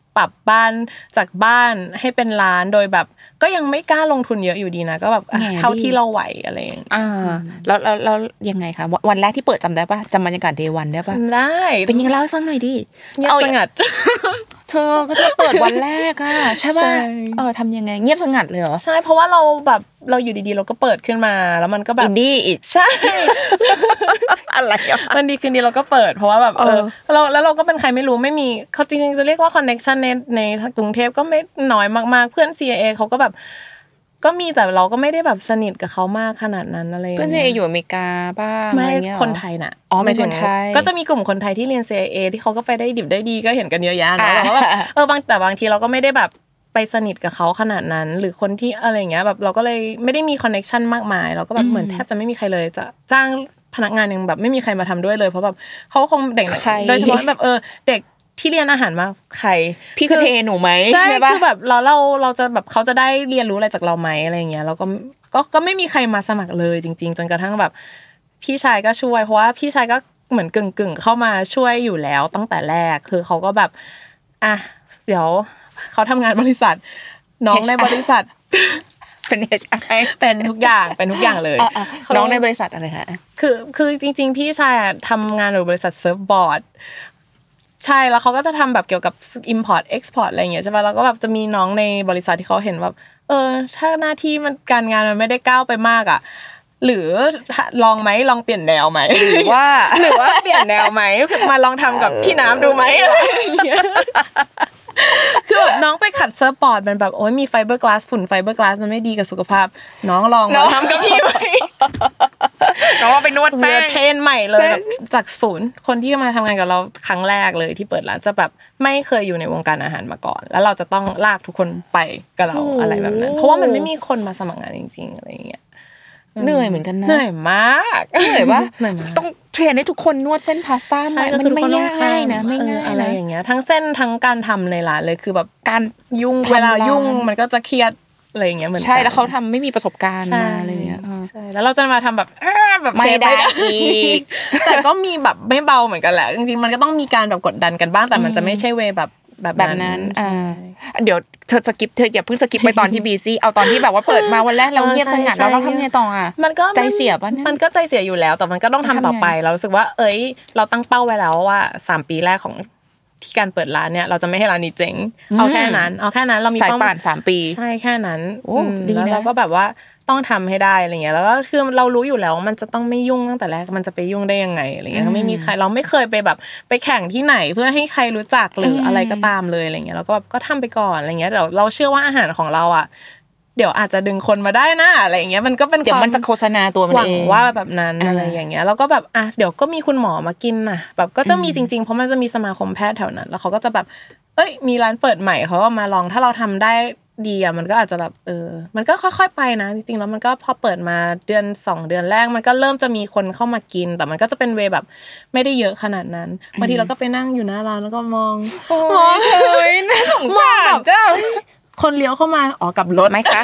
ปรับบ้านจากบ้านให้เป็นร้านโดยแบบก็ยังไม่กล้าลงทุนเยอะอยู่ดีนะก็แบบเท่าที่เราไหวอะไรอย่างเงี้ยแล้วยังไงคะวันแรกที่เปิดจำได้ปะจำบรรยากาศ day 1ได้ปะได้เป็นยังไงเล่าให้ฟังหน่อยดิเงียบสงัดเธอก็จะเปิดวันแรกอ่ะใช่ป่ะทำยังไงเงียบสงัดเลยเหรอใช่เพราะว่าเราแบบเราอยู่ดีๆเราก็เปิดขึ้นมาแล้วมันก็แบบอินดี้อีกใช่อะไรอ่ะมันดีคืนดีเราก็เปิดเพราะว่าแบบเราก็เป็นใครไม่รู้ไม่มีเขาจริงๆจะเรียกว่าคอนเนคชั่นในกรุงเทพก็ไม่น้อยมากๆเพื่อน CIA เขาก็แบบก็มีแต่เราก็ไม่ได้แบบสนิทกับเขามากขนาดนั้นอะไรเพื่อน CIA อยู่อเมริกาบ้างอะไรเงี้ยคนไทยน่ะไม่คนไทยก็จะมีกลุ่มคนไทยที่เรียน CIA ที่เขาก็ไปได้ดิบได้ดีก็เห็นกันเยอะแยะนะแล้วแบบบางทีเราก็ไม่ได้แบบไปสนิทกับเขาขนาดนั้นหรือคนที่อะไรเงี้ยแบบเราก็เลยไม่ได้มีคอนเนคชั่นมากมายเราก็แบบเหมือนแทบจะไม่มีใครเลยจะจ้างพนักงานยังแบบไม่มีใครมาทำด้วยเลยเพราะแบบเขาคงเด็กโดยเฉพาะแบบเด็กที่เรียนอาหารมาใครพี่จะเทหนูไหมใช่คือแบบเราจะแบบเขาจะได้เรียนรู้อะไรจากเราไหมอะไรเงี้ยเราก็ไม่มีใครมาสมัครเลยจริงๆจนกระทั่งแบบพี่ชายก็ช่วยเพราะว่าพี่ชายก็เหมือนกึ่งเข้ามาช่วยอยู่แล้วตั้งแต่แรกคือเขาก็แบบอ่ะเดี๋ยวเขาทำงานบริษัทน้องในบริษัทเป็น HR เป็นทุกอย่างเลยน้องในบริษัทอะไรคะคือจริงๆพี่ชายทำงานอยู่บริษัทเซิร์ฟบอร์ดใช่แล้วเขาก็จะทำแบบเกี่ยวกับ import export อะไรอย่างเงี้ยใช่ป่ะแล้วก็แบบจะมีน้องในบริษัทที่เขาเห็นแบบถ้าหน้าที่มันการงานมันไม่ได้ก้าวไปมากอ่ะหรือลองเปลี่ยนแนวไหมหรือว่าเปลี่ยนแนวไหมมาลองทำกับพี่น้ำดูไหมอะไรอย่างเงี้ยคือแบบน้องไปขัดเซิร์ฟบอร์ดมันแบบโอ๊ยมีไฟเบอร์กลาสฝุ่นไฟเบอร์กลาสมันไม่ดีกับสุขภาพน้องลองมาทำกับพี่ไหมน้องไปนวดแป้งเทรนใหม่เลยแบบจากศูนย์คนที่มาทำงานกับเราครั้งแรกเลยที่เปิดร้านจะแบบไม่เคยอยู่ในวงการอาหารมาก่อนแล้วเราจะต้องลากทุกคนไปกับเราอะไรแบบนั้นเพราะว่ามันไม่มีคนมาสมัครงานจริงๆอะไรอย่างเงี้ยเหนื่อยเหมือนกันนะเหนื่อยมากเหนื่อยว่าต้องเทรนให้ทุกคนนวดเส้นพาสต้ามันไม่ง่ายนะไม่ง่ายอะไรอย่างเงี้ยทั้งเส้นทั้งการทำในร้านเลยคือแบบการยุ่งเวลายุ่งมันก็จะเครียดอะไรอย่างเงี้ยเหมือนใช่แล้วเขาทำไม่มีประสบการณ์มาอะไรเงี้ยใช่แล้วเราจะมาทำแบบไม่ได้อีกแต่ก็มีแบบไม่เบาเหมือนกันแหละจริงๆมันก็ต้องมีการแบบกดดันกันบ้างแต่มันจะไม่ใช่เวแบบนั้นเดี๋ยวเธออย่าเพิ่งสกิปไปตอนที่บีซี่เอาตอนที่แบบว่าเปิดมาวันแรกเราเงียบสงัดแล้วเราทำไงต่ออ่ะมันก็ใจเสียป่ะมันก็ใจเสียอยู่แล้วแต่มันก็ต้องทำต่อไปเรารู้สึกว่าเราตั้งเป้าไว้แล้วว่า3ปีแรกของที่การเปิดร้านเนี่ยเราจะไม่ให้ร้านนี้เจ๊งเอาแค่นั้นเรามีสายป่าน3ปีใช่แค่นั้นดีนะแล้วเราก็แบบว่าต้องทำให้ได้อะไรเงี้ยแล้วก็คือเรารู้อยู่แล้วมันจะต้องไม่ยุ่งตั้งแต่แรกมันจะไปยุ่งได้ยังไงอะไรเงี้ยไม่มีใครเราไม่เคยไปแบบไปแข่งที่ไหนเพื่อให้ใครรู้จักหรืออะไรก็ตามเลยอะไรเงี้ยแล้วก็ทำไปก่อนอะไรเงี้ยเดี๋ยวเราเชื่อว่าอาหารของเราอ่ะเดี๋ยวอาจจะดึงคนมาได้นะอะไรเงี้ยมันก็เป็นเดี๋ยวมันจะโฆษณาตัวมันเองหวังว่าแบบนั้นอะไรอย่างเงี้ยแล้วก็แบบเดี๋ยวก็มีคุณหมอมากินน่ะแบบก็จะมีจริงๆเพราะมันจะมีสมาคมแพทย์แถวนั้นแล้วเขาก็จะแบบมีร้านเปิดใหม่เขาก็มาลองถ้าเราทำได้ดีอ่ะมันก็อาจจะแบบมันก็ค่อยๆไปนะจริงๆแล้วมันก็พอเปิดมาเดือน2เดือนแรกมันก็เริ่มจะมีคนเข้ามากินแต่มันก็จะเป็นเวแบบไม่ได้เยอะขนาดนั้นบางทีเราก็ไปนั่งอยู่หน้าร้านแล้วก็มองเฮ้ยน่าสงสารเจ้าคนเลี้ยวเข้ามากลับรถไหมคะ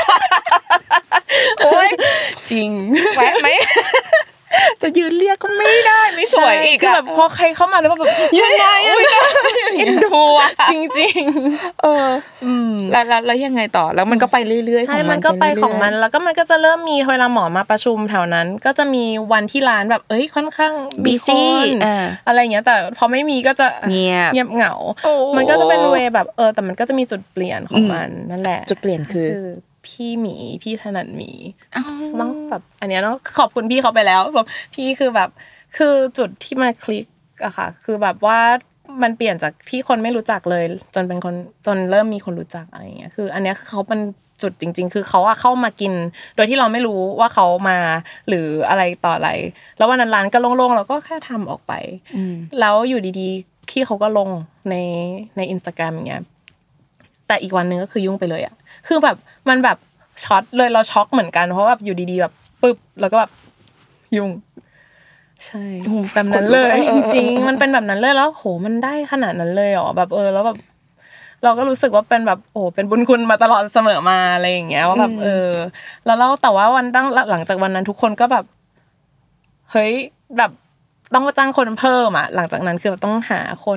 โอ๊ยจริงแวะไหมจะยืนเรียกก็ไม่ได้ไม่สวยอีกแบบพอใครเข้ามาแล้วแบบยังไงอินดูจริงๆแล้วยังไงต่อแล้วมันก็ไปเรื่อยๆใช่มันก็ไปของมันแล้วก็มันก็จะเริ่มมีเวลาหมอมาประชุมแถวนั้นก็จะมีวันที่ร้านแบบค่อนข้างบีซี่อะไรอย่างเงี้ยแต่พอไม่มีก็จะเงียบเหงามันก็จะเป็นเวแบบแต่มันก็จะมีจุดเปลี่ยนของมันนั่นแหละจุดเปลี่ยนคือพี่หมีพี่ถนัดหมีต้องแบบอันเนี้ยต้องขอบคุณพี่เขาไปแล้วแบบพี่คือแบบคือจุดที่มาคลิกอะค่ะคือแบบว่ามันเปลี่ยนจากที่คนไม่รู้จักเลยจนเป็นคนจนเริ่มมีคนรู้จักอะไรอย่างเงี้ยคืออันเนี้ยคือเขาเป็นจุดจริงๆคือเขาอะเข้ามากินโดยที่เราไม่รู้ว่าเขามาหรืออะไรต่ออะไรแล้ววันนั้นร้านก็โล่งๆเราก็แค่ทำออกไปแล้วอยู่ดีๆพี่เขาก็ลงใน Instagram อย่างเงี้ยแต่อีกวันนึงก็คือยุ่งไปเลยอะคือแบบมันแบบช็อตเลยเราช็อกเหมือนกันเพราะแบบอยู่ดีๆแบบปึ๊บแล้วก็แบบยุ่งใช่แบบนั้นเลยจริงๆมันเป็นแบบนั้นเลยแล้วโหมันได้ขนาดนั้นเลยเหรอแบบแล้วแบบเราก็รู้สึกว่าเป็นแบบเป็นบุญคุณมาตลอดเสมอมาอะไรอย่างเงี้ยว่าแบบแล้วเราแต่ว่าวันตั้งหลังจากวันนั้นทุกคนก็แบบเฮ้ยแบบต้องมาจ้างคนเพิ่มอ่ะหลังจากนั้นคือต้องหาคน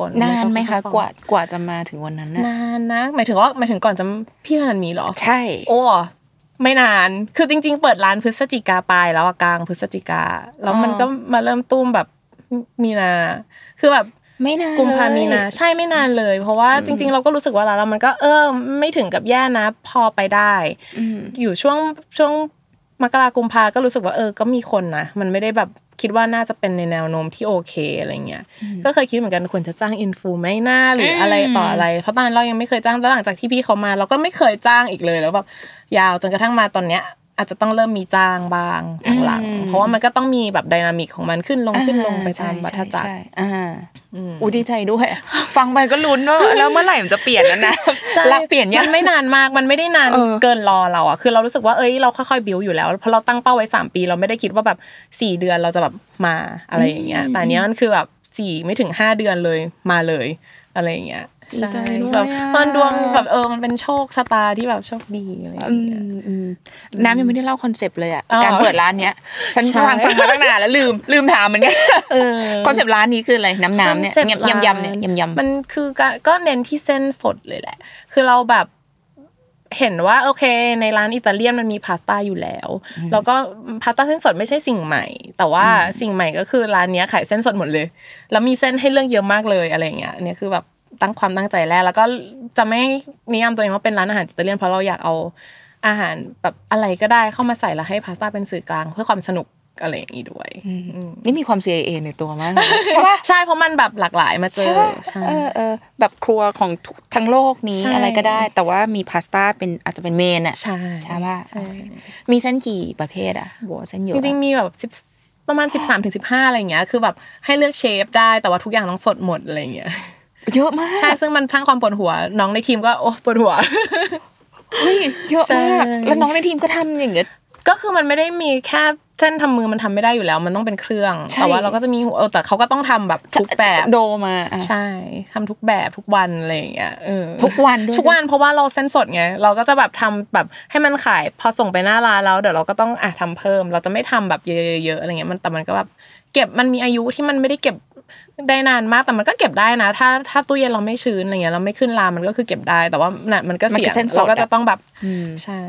นานไหมคะกว่าจะมาถึงวันนั้นน่ะนานนะหมายถึงก่อนจะพี่นันมีเหรอใช่โอ้ไม่นานคือจริงๆเปิดร้านพฤศจิกาปลายแล้วกลางพฤศจิกาแล้วมันก็มาเริ่มตุ้มแบบมีนาคือแบบไม่นานกุมภามีนาใช่ไม่นานเลยเพราะว่าจริงๆเราก็รู้สึกว่าแล้วมันก็ไม่ถึงกับแย่นะพอไปได้อยู่ช่วงมกรากุมภาก็รู้สึกว่าก็มีคนนะมันไม่ได้แบบคิดว่าน่าจะเป็นในแนวโน้มที่โอเคอะไรเงี้ยก็เคยคิดเหมือนกันควรจะจ้างอินฟูไหมหน้าหรืออะไรต่ออะไรเพราะตอนนั้นเรายังไม่เคยจ้างแล้วหลังจากที่พี่เขามาเราก็ไม่เคยจ้างอีกเลยแล้วแบบยาวจนกระทั่งมาตอนเนี้ยอาจจะต้องเริ่มมีจ้างบ้างหลังๆเพราะว่ามันก็ต้องมีแบบไดนามิกของมันขึ้นลงไปตามวัฏจักรดีใจด้วยฟังไปก็ลุ้นว่าแล้วเมื่อไหร่มันจะเปลี่ยนแล้วนะรักเปลี่ยนยังมันไม่นานมากมันไม่ได้นานเกินรอเราอ่ะคือเรารู้สึกว่าเราค่อยๆบิวอยู่แล้วเพราะเราตั้งเป้าไว้3ปีเราไม่ได้คิดว่าแบบ4เดือนเราจะแบบมาอะไรอย่างเงี้ยแต่อันเนี้ยมันคือแบบ4ไม่ถึง5เดือนเลยมาเลยอะไรอย่างเงี้ยดีใจด้วยแบบมันดวงแบบมันเป็นโชคชะตาที่แบบโชคดีอะไรอย่างเงี้ยน้ำยังไม่ได้เล่าคอนเซปต์เลยอ่ะการเปิดร้านเนี้ยฉันฟังมาตั้งนานแล้วลืมถามเหมือนกันคอนเซปต์ร้านนี้คืออะไรน้ำเนี่ยยำเนี่ยยำมันคือก็เน้นที่เส้นสดเลยแหละคือเราแบบเห็นว่าโอเคในร้านอิตาเลียนมันมีพาสต้าอยู่แล้วแล้วก็พาสต้าเส้นสดไม่ใช่สิ่งใหม่แต่ว่าสิ่งใหม่ก็คือร้านนี้ขายเส้นสดหมดเลยแล้วมีเส้นให้เลือกเยอะมากเลยอะไรอย่างเงี้ยเนี่ยคือแบบตั้งความตั้งใจแรกแล้วก็จะไม่นิยามตัวเองว่าเป็นร้านอาหารอิตาเลียนเพราะเราอยากเอาอาหารแบบอะไรก็ได้เข้ามาใส่แล้วให้พาสต้าเป็นสื่อกลางเพื่อความสนุกอะไรอย่างนี้ด้วยนี่มีความ CIA ในตัวมากใช่ป่ะใช่เพราะมันแบบหลากหลายมาเจอใช่แบบครัวของทั้งโลกนี้อะไรก็ได้แต่ว่ามีพาสต้าเป็นอาจจะเป็นเมนอ่ะใช่ป่ะมีเส้นกี่ประเภทอ่ะบัวเส้นเยอะจริงๆมีแบบประมาณ13-15อะไรอย่างเงี้ยคือแบบให้เลือกเชฟได้แต่ว่าทุกอย่างต้องสดหมดอะไรอย่างเงี้ยเยอะมากใช่ซึ่งมันสร้างความปวดหัวน้องในทีมก็ปวดหัวเฮ้ยเยอะมากแล้วน้องในทีมก็ทำอย่างเงี้ยก็คือมันไม่ได้มีแค่เส้นทำมือมันทำไม่ได้อยู่แล้วมันต้องเป็นเครื่องแต่ว่าเราก็จะมีแต่เขาก็ต้องทำแบบทุกแบบโดมาใช่ทำทุกแบบทุกวันอะไรอย่างเงี้ยทุกวันด้วยทุกวันเพราะว่าเราเส้นสดไงเราก็จะแบบทำแบบให้มันขายพอส่งไปหน้าร้านแล้วเดี๋ยวเราก็ต้องทำเพิ่มเราจะไม่ทำแบบเยอะๆอะไรเงี้ยแต่มันก็แบบเก็บมันมีอายุที่มันไม่ได้เก็บได้นานมากแต่มันก็เก็บได้นะถ้าตู้เย็นเราไม่ชื้นอะไรเงี้ยเราไม่ขึ้นลามันก็คือเก็บได้แต่ว่ามันก็เสี่ยงเราก็จะต้องแบบใช่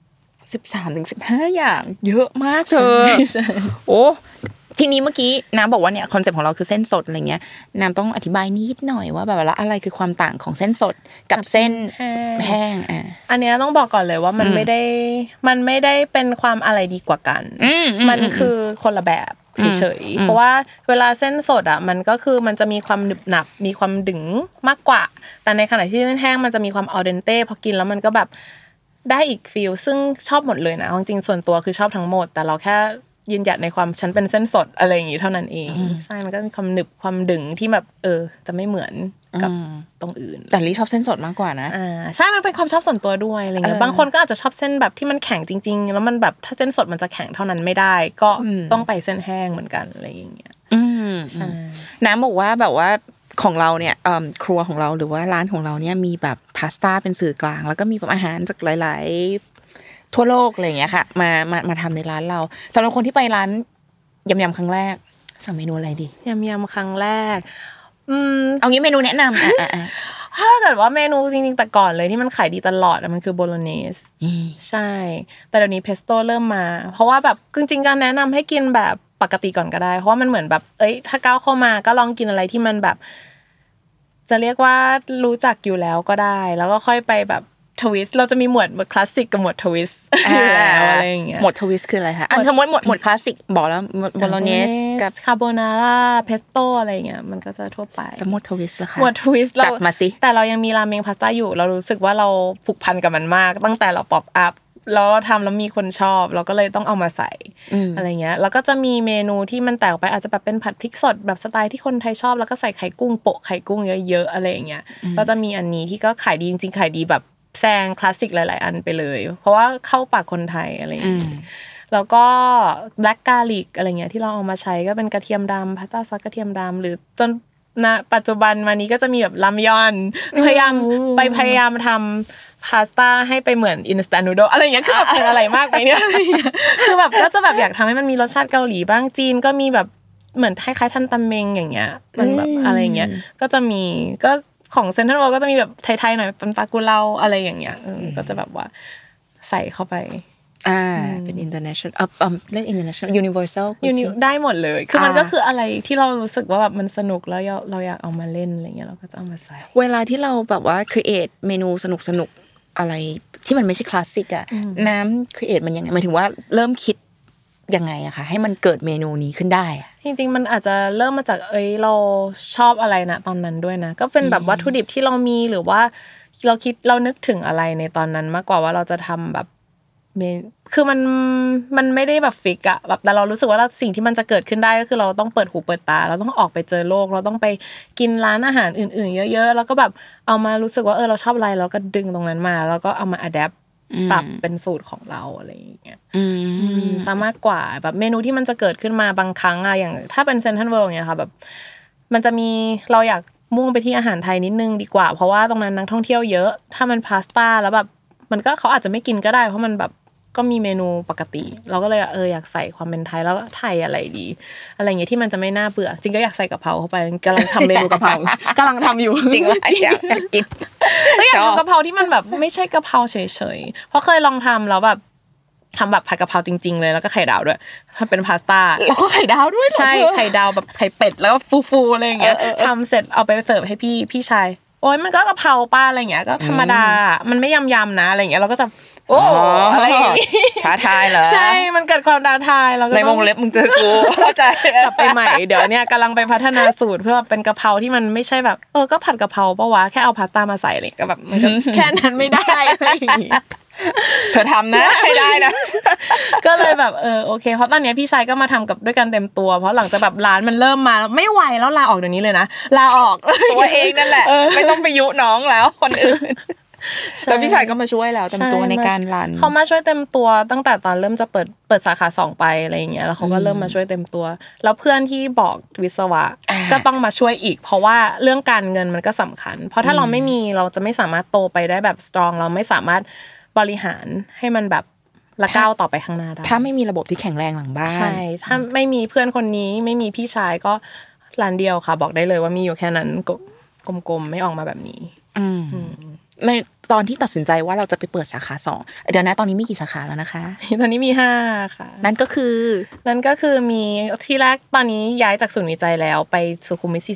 13-15อย่างเยอะมากเธอโอ้ทีนี้เมื่อกี้น้ำบอกว่าเนี่ยคอนเซ็ปต์ของเราคือเส้นสดอะไรเงี้ยน้ำต้องอธิบายนิดหน่อยว่าแบบว่าอะไรคือความต่างของเส้นสดกับเส้นแห้งอันนี้ต้องบอกก่อนเลยว่ามันไม่ได้เป็นความอะไรดีกว่ากันมันคือคนละแบบเฉยๆเพราะว่าเวลาเส้นสดอ่ะมันก็คือมันจะมีความหนึบหนับมีความดึงมากกว่าแต่ในขณะที่เส้นแห้งมันจะมีความอัลเดนเต้พอกินแล้วมันก็แบบได้อีกฟีลซึ่งชอบหมดเลยนะจริงๆส่วนตัวคือชอบทั้งหมดแต่เราแค่ยืนหยัดในความฉันเป็นเส้นสดอะไรอย่างงี้เท่านั้นเองใช่มันก็มีความหนึบความดึงที่แบบจะไม่เหมือนกับตรงอื่นแต่ลิชอบเส้นสดมากกว่านะใช่มันเป็นความชอบส่วนตัวด้วยอะไรเงี้ยบางคนก็อาจจะชอบเส้นแบบที่มันแข็งจริงๆแล้วมันแบบถ้าเส้นสดมันจะแข็งเท่านั้นไม่ได้ก็ต้องไปเส้นแห้งเหมือนกันอะไรอย่างเงี้ยใช่น้ำบอกว่าแบบว่าของเราเนี่ยครัวของเราหรือว่าร้านของเราเนี่ยมีแบบพาสต้าเป็นสื่อกลางแล้วก็มีแบบอาหารจากหลายๆทั่วโลกอะไรอย่างเงี้ยค่ะมาทำในร้านเราสำหรับคนที่ไปร้านยำครั้งแรกสั่งเมนูอะไรดียำครั้งแรกเอางี้เมนูแนะนำถ้าเกิดว่าเมนูจริงๆแต่ก่อนเลยที่มันขายดีตลอดมันคือโบโลเนสใช่แต่เดี๋ยวนี้เพสโต้เริ่มมาเพราะว่าแบบจริงๆการแนะนำให้กินแบบปกติก่อนก็ได้เพราะว่ามันเหมือนแบบถ้าก้าวเข้ามาก็ลองกินอะไรที่มันแบบจะเรียกว่ารู้จักอยู่แล้วก็ได้แล้วก็ค่อยไปแบบทวิสต์เราจะมีหมวดคลาสสิกกับหมวดทวิสต์แล้วอะไรอย่างเงี้ยหมวดทวิสต์คืออะไรคะสมมติหมวดคลาสสิกบอกแล้วโบโลเนสกับคาโบนาร่าเพสโต้อะไรอย่างเงี้ยมันก็จะทั่วไปแล้วหมวดทวิสต์ล่ะคะหมวดทวิสต์จัดมาสิแต่เรายังมีราเมงพาสต้าอยู่เรารู้สึกว่าเราผูกพันกับมันมากตั้งแต่เราป๊อปอัพแล้วทำแล้วมีคนชอบเราก็เลยต้องเอามาใส่อะไรเงี้ยแล้วก็จะมีเมนูที่มันแตกไปอาจจะแบบเป็นผัดพริกสดแบบสไตล์ที่คนไทยชอบแล้วก็ใส่ไข่กุ้งโปะไข่กุ้งเยอะๆอะไรอย่างเงี้ยก็จะมีอันนี้ที่ก็ขายดีจริงๆขายดีแบบแซงคลาสสิกหลายๆอันไปเลยเพราะว่าเข้าปากคนไทยอะไรอย่างเงี้ยแล้วก็แบล็กกาลิกอะไรเงี้ยที่เราเอามาใช้ก็เป็นกระเทียมดำพาสต้าซอสกระเทียมดำหรือจนณปัจจุบันมานี้ก็จะมีแบบรามยอนพยายามทำพาสต้าให้ไปเหมือนอินสแตนต์นูโดลอะไรอย่างเงี้ยคือแบบเป็นอะไรมากไปเนี่ยคือแบบก็จะแบบอยากทำให้มันมีรสชาติเกาหลีบ้างจีนก็มีแบบเหมือนคล้ายๆทันตะเมงอย่างเงี้ยมันแบบอะไรอย่างเงี้ยก็จะมีก็ของเซ็นทรัลเวิลด์ก็จะมีแบบไทยๆหน่อยเป็นปากุเลาอะไรอย่างเงี้ยก็จะแบบว่าใส่เข้าไปเป็น international เรียก international universal ได้หมดเลยคือมันก็คืออะไรที่เรารู้สึกว่าแบบมันสนุกแล้วเราอยากเอามาเล่นอะไรเงี้ยเราก็จะเอามาใส่เวลาที่เราแบบว่า create เมนูสนุกๆอะไรที่มันไม่ใช่คลาสสิกอะน้ำ create มันยังไงหมายถึงว่าเริ่มคิดยังไงอะคะให้มันเกิดเมนูนี้ขึ้นได้อะจริงๆมันอาจจะเริ่มมาจากเราชอบอะไรนะตอนนั้นด้วยนะก็เป็นแบบวัตถุดิบที่เรามีหรือว่าเรานึกถึงอะไรในตอนนั้นมากกว่าว่าเราจะทำแบบคือมันไม่ได้แบบฟิกอะแบบแต่เรารู้สึกว่าสิ่งที่มันจะเกิดขึ้นได้ก็คือเราต้องเปิดหูเปิดตาเราต้องออกไปเจอโลกเราต้องไปกินร้านอาหารอื่นๆเยอะๆแล้วก็แบบเอามารู้สึกว่าเราชอบอะไรเราก็ดึงตรงนั้นมาแล้วก็เอามาอะแดปปรับเป็นสูตรของเราอะไรอย่างเงี้ยซะมากกว่าแบบเมนูที่มันจะเกิดขึ้นมาบางครั้งอะอย่างถ้าเป็นเซ็นทรัลเวิลด์เนี่ยค่ะแบบมันจะมีเราอยากมุ่งไปที่อาหารไทยนิดนึงดีกว่าเพราะว่าตรงนั้นนักท่องเที่ยวเยอะถ้ามันพาสต้าแล้วแบบมันก็เขาอาจจะไม่กินก็ได้เพราะมันแบบก็มีเมนูปกติเราก็เลยอยากใส่ความเป็นไทยแล้วไทยอะไรดีอะไรอย่างเงี้ยที่มันจะไม่น่าเบื่อจริงก็อยากใส่กะเพราเข้าไปกำลังทำเมนูกะเพรากำลังทำอยู่จริงเลยอยากกินแล้วอยากทำกะเพราที่มันแบบไม่ใช่กะเพราเฉยๆเพราะเคยลองทำแล้วแบบทำแบบผัดกะเพราจริงๆเลยแล้วก็ไข่ดาวด้วยเป็นพาสต้าแล้วก็ไข่ดาวด้วยใช่ไข่ดาวแบบไข่เป็ดแล้วก็ฟูๆอะไรอย่างเงี้ยทำเสร็จเอาไปเสิร์ฟให้พี่ชายโอ๊ยมันก็กะเพราป้าอะไรอย่างเงี้ยก็ธรรมดามันไม่ยำๆนะอะไรอย่างเงี้ยเราก็จะโอ้อะไรท้าทายเหรอใช่มันเกิดความท้าทายแล้วก็ในวงเล็บมึงเจอกูเข้าใจกลับไปใหม่เดี๋ยวเนี่ยกำลังไปพัฒนาสูตรเพื่อเป็นกะเพราที่มันไม่ใช่แบบก็ผัดกะเพราปะวะแค่เอาพาสต้ามาใส่อะไรก็แบบมันก็แค่นั้นไม่ได้อะไรอย่างงี้เธอทำนะไม่ได้นะก็เลยแบบโอเคเพราะตอนนี้พี่ชายก็มาทำกับด้วยกันเต็มตัวเพราะหลังจากแบบร้านมันเริ่มมาไม่ไหวแล้วลาออกเดี๋ยวนี้เลยนะลาออกตัวเองนั่นแหละไม่ต้องไปยุน้องแล้วคนอื่นแล้วพี่ชายก็มาช่วยแล้วเต็มตัวในการรันเขามาช่วยเต็มตัวตั้งแต่ตอนเริ่มจะเปิดสาขา2ไปอะไรอย่างเงี้ยแล้วเขาก็เริ่มมาช่วยเต็มตัวแล้วเพื่อนที่บอกวิศวะก็ต้องมาช่วยอีกเพราะว่าเรื่องการเงินมันก็สำคัญเพราะถ้าเราไม่มีเราจะไม่สามารถโตไปได้แบบสตรองเราไม่สามารถบริหารให้มันแบบละก้าวต่อไปข้างหน้าได้ถ้าไม่มีระบบที่แข็งแรงหลังบ้านใช่ถ้าไม่มีเพื่อนคนนี้ไม่มีพี่ชายก็ร้านเดียวค่ะบอกได้เลยว่ามีอยู่แค่นั้นกลมๆไม่ออกมาแบบนี้ในตอนที่ตัดสินใจว่าเราจะไปเปิดสาขา2เดี๋ยวนะตอนนี้มีกี่สาขาแล้วนะคะตอนนี้มี5ค่ะนั่นก็คือมีที่แรกตอนนี้ย้ายจากศูนย์วิจัยแล้วไปสุขุมวิท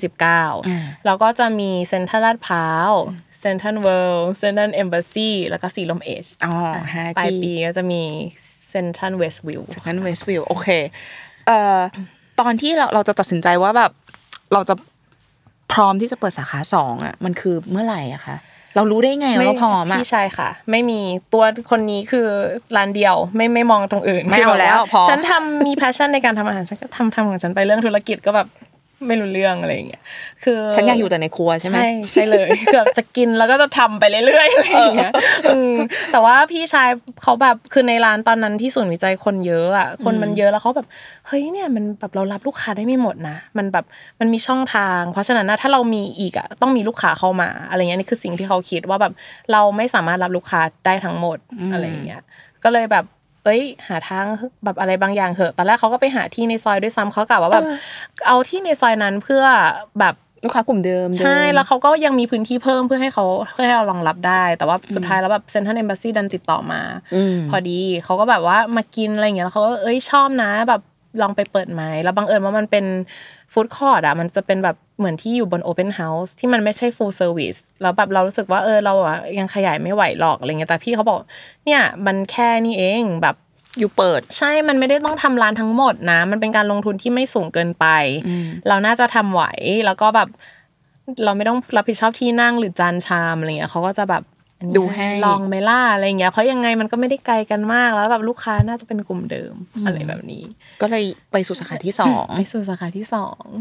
49แล้วก็จะมีเซ็นทรัลลาดพร้าวเซ็นทรัลเวิลด์เซ็นทรัลเอมบาซีแล้วก็สีลมเอชปลายปีก็จะมีเซ็นทรัลเวสต์วิวโอเคตอนที่เราจะตัดสินใจว่าแบบเราจะพร้อมที่จะเปิดสาขา2อ่ะมันคือเมื่อไหร่อะคะเรารู้ได้ไงว่าพร้อมอ่ะพี่ชายค่ะไม่มีตัวคนนี้คือร้านเดียวไม่มองตรงอื่นไม่เอาแล้วพอฉันมี passion ในการทำอาหารฉันก็ทำของฉันไปเรื่องธุรกิจก็แบบไม่รู้เรื่องอะไรอย่างเงี้ยคือฉันอยากอยู่แต่ในครัวใช่ไหมใช่เลยคือจะกินแล้วก็จะทำไปเรื่อยๆอะไรอย่างเงี้ยแต่ว่าพี่ชายเขาแบบคือในร้านตอนนั้นที่ศูนย์วิจัยคนเยอะอ่ะคนมันเยอะแล้วเขาแบบเฮ้ยเนี่ยมันแบบเรารับลูกค้าได้ไม่หมดนะมันแบบมันมีช่องทางเพราะฉะนั้นนะถ้าเรามีอีกอ่ะต้องมีลูกค้าเข้ามาอะไรเงี้ยนี่คือสิ่งที่เขาคิดว่าแบบเราไม่สามารถรับลูกค้าได้ทั้งหมดอะไรอย่างเงี้ยก็เลยแบบหาทางแบบอะไรบางอย่างเถอะตอนแรกเขาก็ไปหาที่ในซอยด้วยซ้ำเขากะว่าแบบเอาที่ในซอยนั้นเพื่อแบบลูกค้ากลุ่มเดิมใช่แล้วเขาก็ยังมีพื้นที่เพิ่มเพื่อให้เรารองรับได้แต่ว่าสุดท้ายแล้วแบบเซ็นทรัลเอมบาซีดันติดต่อมาพอดีเขาก็แบบว่ามากินอะไรอย่างเงี้ยแล้วเขาก็ชอบนะแบบลองไปเปิดไหมแล้วบังเอิญว่ามันเป็นฟู้ดคอร์ทอ่ะมันจะเป็นแบบเหมือนที่อยู่บนโอเพนเฮาส์ที่มันไม่ใช่ฟูลเซอร์วิสแล้วแบบเรารู้สึกว่าเราอ่ะยังขยายไม่ไหวหรอกอะไรเงี้ยแต่พี่เขาบอกเนี่ยมันแค่นี้เองแบบอยู่เปิดใช่มันไม่ได้ต้องทำร้านทั้งหมดนะมันเป็นการลงทุนที่ไม่สูงเกินไปเราน่าจะทำไหวแล้วก็แบบเราไม่ต้องรับผิดชอบที่นั่งหรือจานชามอะไรเงี้ยเขาก็จะแบบดูให้ลองไหมล่ะอะไรเงี้ยเพราะยังไงมันก็ไม่ได้ไกลกันมากแล้วแบบลูกค้าน่าจะเป็นกลุ่มเดิมอะไรแบบนี้ก็เลยไปสู่สาขาที่2 ไปสู่สาขาที่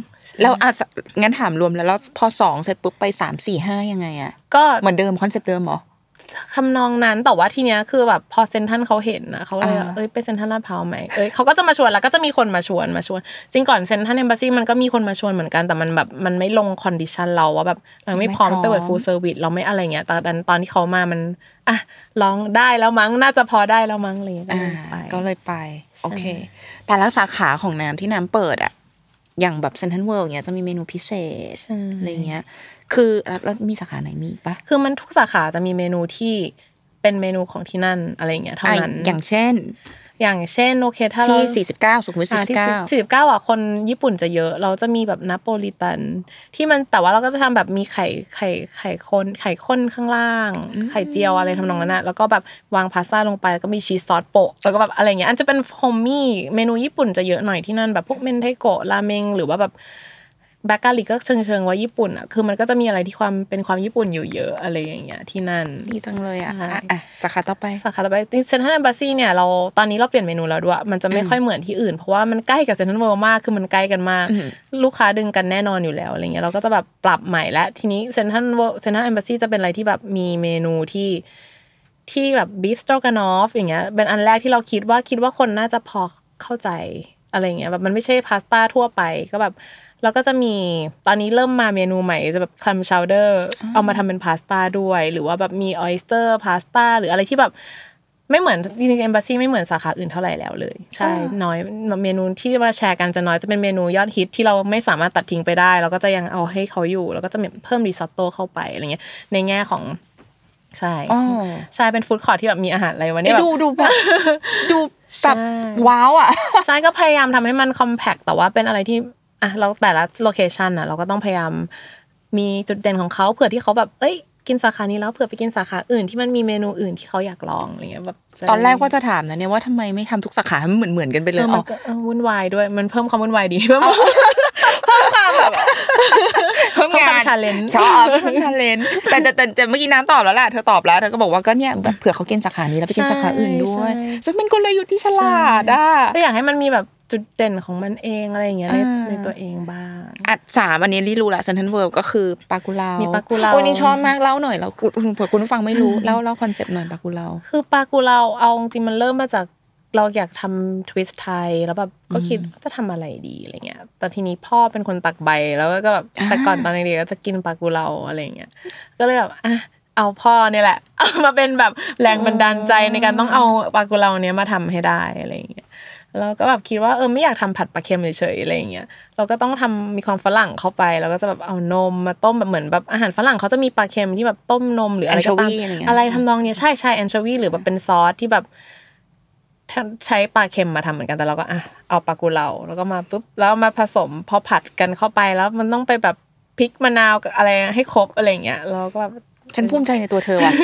2 แล้วอาจจะงั้นถามรวมแล้วพอ2เสร็จปุ๊บไป3 4 5ยังไงอ่ะก็เหมือนเดิมคอนเซ็ปต์เดิมเหรอทำนองนั้นแต่ว่าทีเนี้ยคือแบบพอเซ็นทรัลเขาเห็นนะเขาเลยไปเซ็นทรัลลาดพร้าวไหมเขาก็จะมาชวนแล้วก็จะมีคนมาชวนจริงก่อนเซ็นทรัลเอมบาซีมันก็มีคนมาชวนเหมือนกันแต่มันแบบมันไม่ลงคอนดิชันเราว่าแบบเราไม่พร้อมไปเปิดฟูลเซอร์วิสเราไม่อะไรเงี้ยแต่ตอนที่เขามามันลองได้แล้วมั้งน่าจะพอได้แล้วมั้งเลยก็เลยไปโอเคแต่ละสาขาของน้ำที่น้ำเปิดอ่ะอย่างแบบเซ็นทรัลเวิลด์เงี้ยจะมีเมนูพิเศษอะไรเงี้ยคือแล้วมีสาขาไหนมีปะคือมันทุกสาขาจะมีเมนูที่เป็นเมนูของที่นั่นอะไรเงี้ยเท่านั้นอย่างเช่นโอเคถ้าเราที่49สุขุมวิทที่49อ่ะคนญี่ปุ่นจะเยอะเราจะมีแบบนาโปลิตันที่มันแต่ว่าเราก็จะทำแบบมีไข่ข้นข้างล่างไข่เจียวอะไรทำนองนั้นน่ะแล้วก็แบบวางพาสต้าลงไปแล้วก็มีชีสซอสโปะแล้วก็แบบอะไรเงี้ยอันจะเป็นโฮมมี่เมนูญี่ปุ่นจะเยอะหน่อยที่นั่นแบบพวกเมนไทโกะราเมงหรือว่าแบบแบคกาลิก็เชิงว่าญี่ปุ่นอ่ะคือมันก็จะมีอะไรที่ความญี่ปุ่นอยู่เยอะอะไรอย่างเงี้ยที่นั่นดีจังเลยอ่ะสาขาต่อไปเซ็นทรัลแอมบาซีเนี่ยเราตอนนี้เราเปลี่ยนเมนูแล้วด้วยมันจะไม่ค่อยเหมือนที่อื่นเพราะว่ามันใกล้กับเซ็นทรัลเวิลด์มากคือมันใกล้กันมากลูกค้าดึงกันแน่นอนอยู่แล้วอะไรเงี้ยเราก็จะแบบปรับใหม่และทีนี้เซ็นทรัลแอมบาซีจะเป็นอะไรที่แบบมีเมนูที่แบบบีฟสโตรกานอฟอย่างเงี้ยเป็นอันแรกที่เราคิดว่าคนน่าจะพอเข้าใจอะไรเงี้ยแบบมันไม่ใช่พาสต้าทั่วไปก็แบบแล้วก็จะมีตอนนี้เริ่มมาเมนูใหม่จะแบบคลัมชาวเดอร์เอามาทำเป็นพาสต้าด้วยหรือว่าแบบมีออยสเตอร์พาสต้าหรืออะไรที่แบบไม่เหมือนจริงๆเอมบาซีไม่เหมือนสาขาอื่นเท่าไหร่แล้วเลยใช่น้อยเมนูที่มาแชร์กันจะน้อยจะเป็นเมนูยอดฮิตที่เราไม่สามารถตัดทิ้งไปได้เราก็จะยังเอาให้เขาอยู่แล้วก็จะเพิ่มริซอตโต้เข้าไปอะไรเงี้ยในแง่ของใช่เป็นฟู้ดคอร์ทที่แบบมีอาหารอะไรวะเนี่ยดูแบบว้าวอ่ะใช่ก็พยายามทำให้มันคอมแพคแต่ว่าเป็นอะไรที่เราแต่ละโลเคชันน่ะเราก็ต้องพยายามมีจุดเด่นของเขาเผื่อที่เขาแบบกินสาขานี้แล้วเผื่อไปกินสาขาอื่นที่มันมีเมนูอื่นที่เขาอยากลองอะไรเงี้ยแบบตอนแรกว่าจะถามนะเนี่ยว่าทำไมไม่ทำทุกสาขาให้มันเหมือนกันไปเลยมันก็วุ่นวายด้วยมันเพิ่มความวุ่นวายดีเพิ่มความแบบเพิ่มความ challenge ชอบเพิ่ม challenge แต่เมื่อกี้น้ำตอบแล้วแหละเธอตอบแล้วเธอก็บอกว่าก็เนี่ยแบบเผื่อเขากินสาขานี้แล้วไปกินสาขาอื่นด้วยซึ่งเป็นกลยุทธ์ที่ฉลาดก็อยากให้มันมีแบบจุดเด่นของมันเองอะไรอย่างเงี้ยในตัวเองบ้าง 3อันนี้รีรู้ละเซ็นทรัลเวิลด์ก็คือปากุเลามีปากุเลาโอ้ยนี่ชอบมากเล่าหน่อยแล้วเผื่อคุณผู้ฟังไม่รู้เล่าคอนเซ็ปต์หน่อยปากุเลาคือปากุเลาเอาจริงมันเริ่มมาจากเราอยากทำทวิสต์ไทยแล้วแบบก็คิดจะทำอะไรดีอะไรเงี้ยแต่ทีนี้พ่อเป็นคนตักใบแล้วก็แบบแต่ก่อนตอนเด็กๆก็จะกินปากุเลาอะไรเงี้ยก็เลยแบบเอาพ่อเนี่ยแหละเอามาเป็นแบบแรงบันดาลใจในการต้องเอาปากุเลาเนี้ยมาทำให้ได้อะไรเงี้ยแล้วก็แบบคิดว่าไม่อยากทำผัดปลาเค็มเฉยๆอะไรอย่างเงี้ยเราก็ต้องทำมีความฝรั่งเข้าไปแล้วก็จะแบบเอานมมาต้มแบบเหมือนแบบอาหารฝรั่งเขาจะมีปลาเค็มที่แบบต้มนมหรืออะไรก็ตามอะไรทำนองเนี้ยใช่แอนโชวีหรือแบบเป็นซอสที่แบบใช้ปลาเค็มมาทำเหมือนกันแต่เราก็เอาปลากุเลาแล้วก็มาปุ๊บแล้วมาผสมพอผัดกันเข้าไปแล้วมันต้องไปแบบพริกมะนาวกับอะไรให้ครบอะไรอย่างเงี้ยเราก็แบบฉันภูมิใจในตัวเธอว่ะ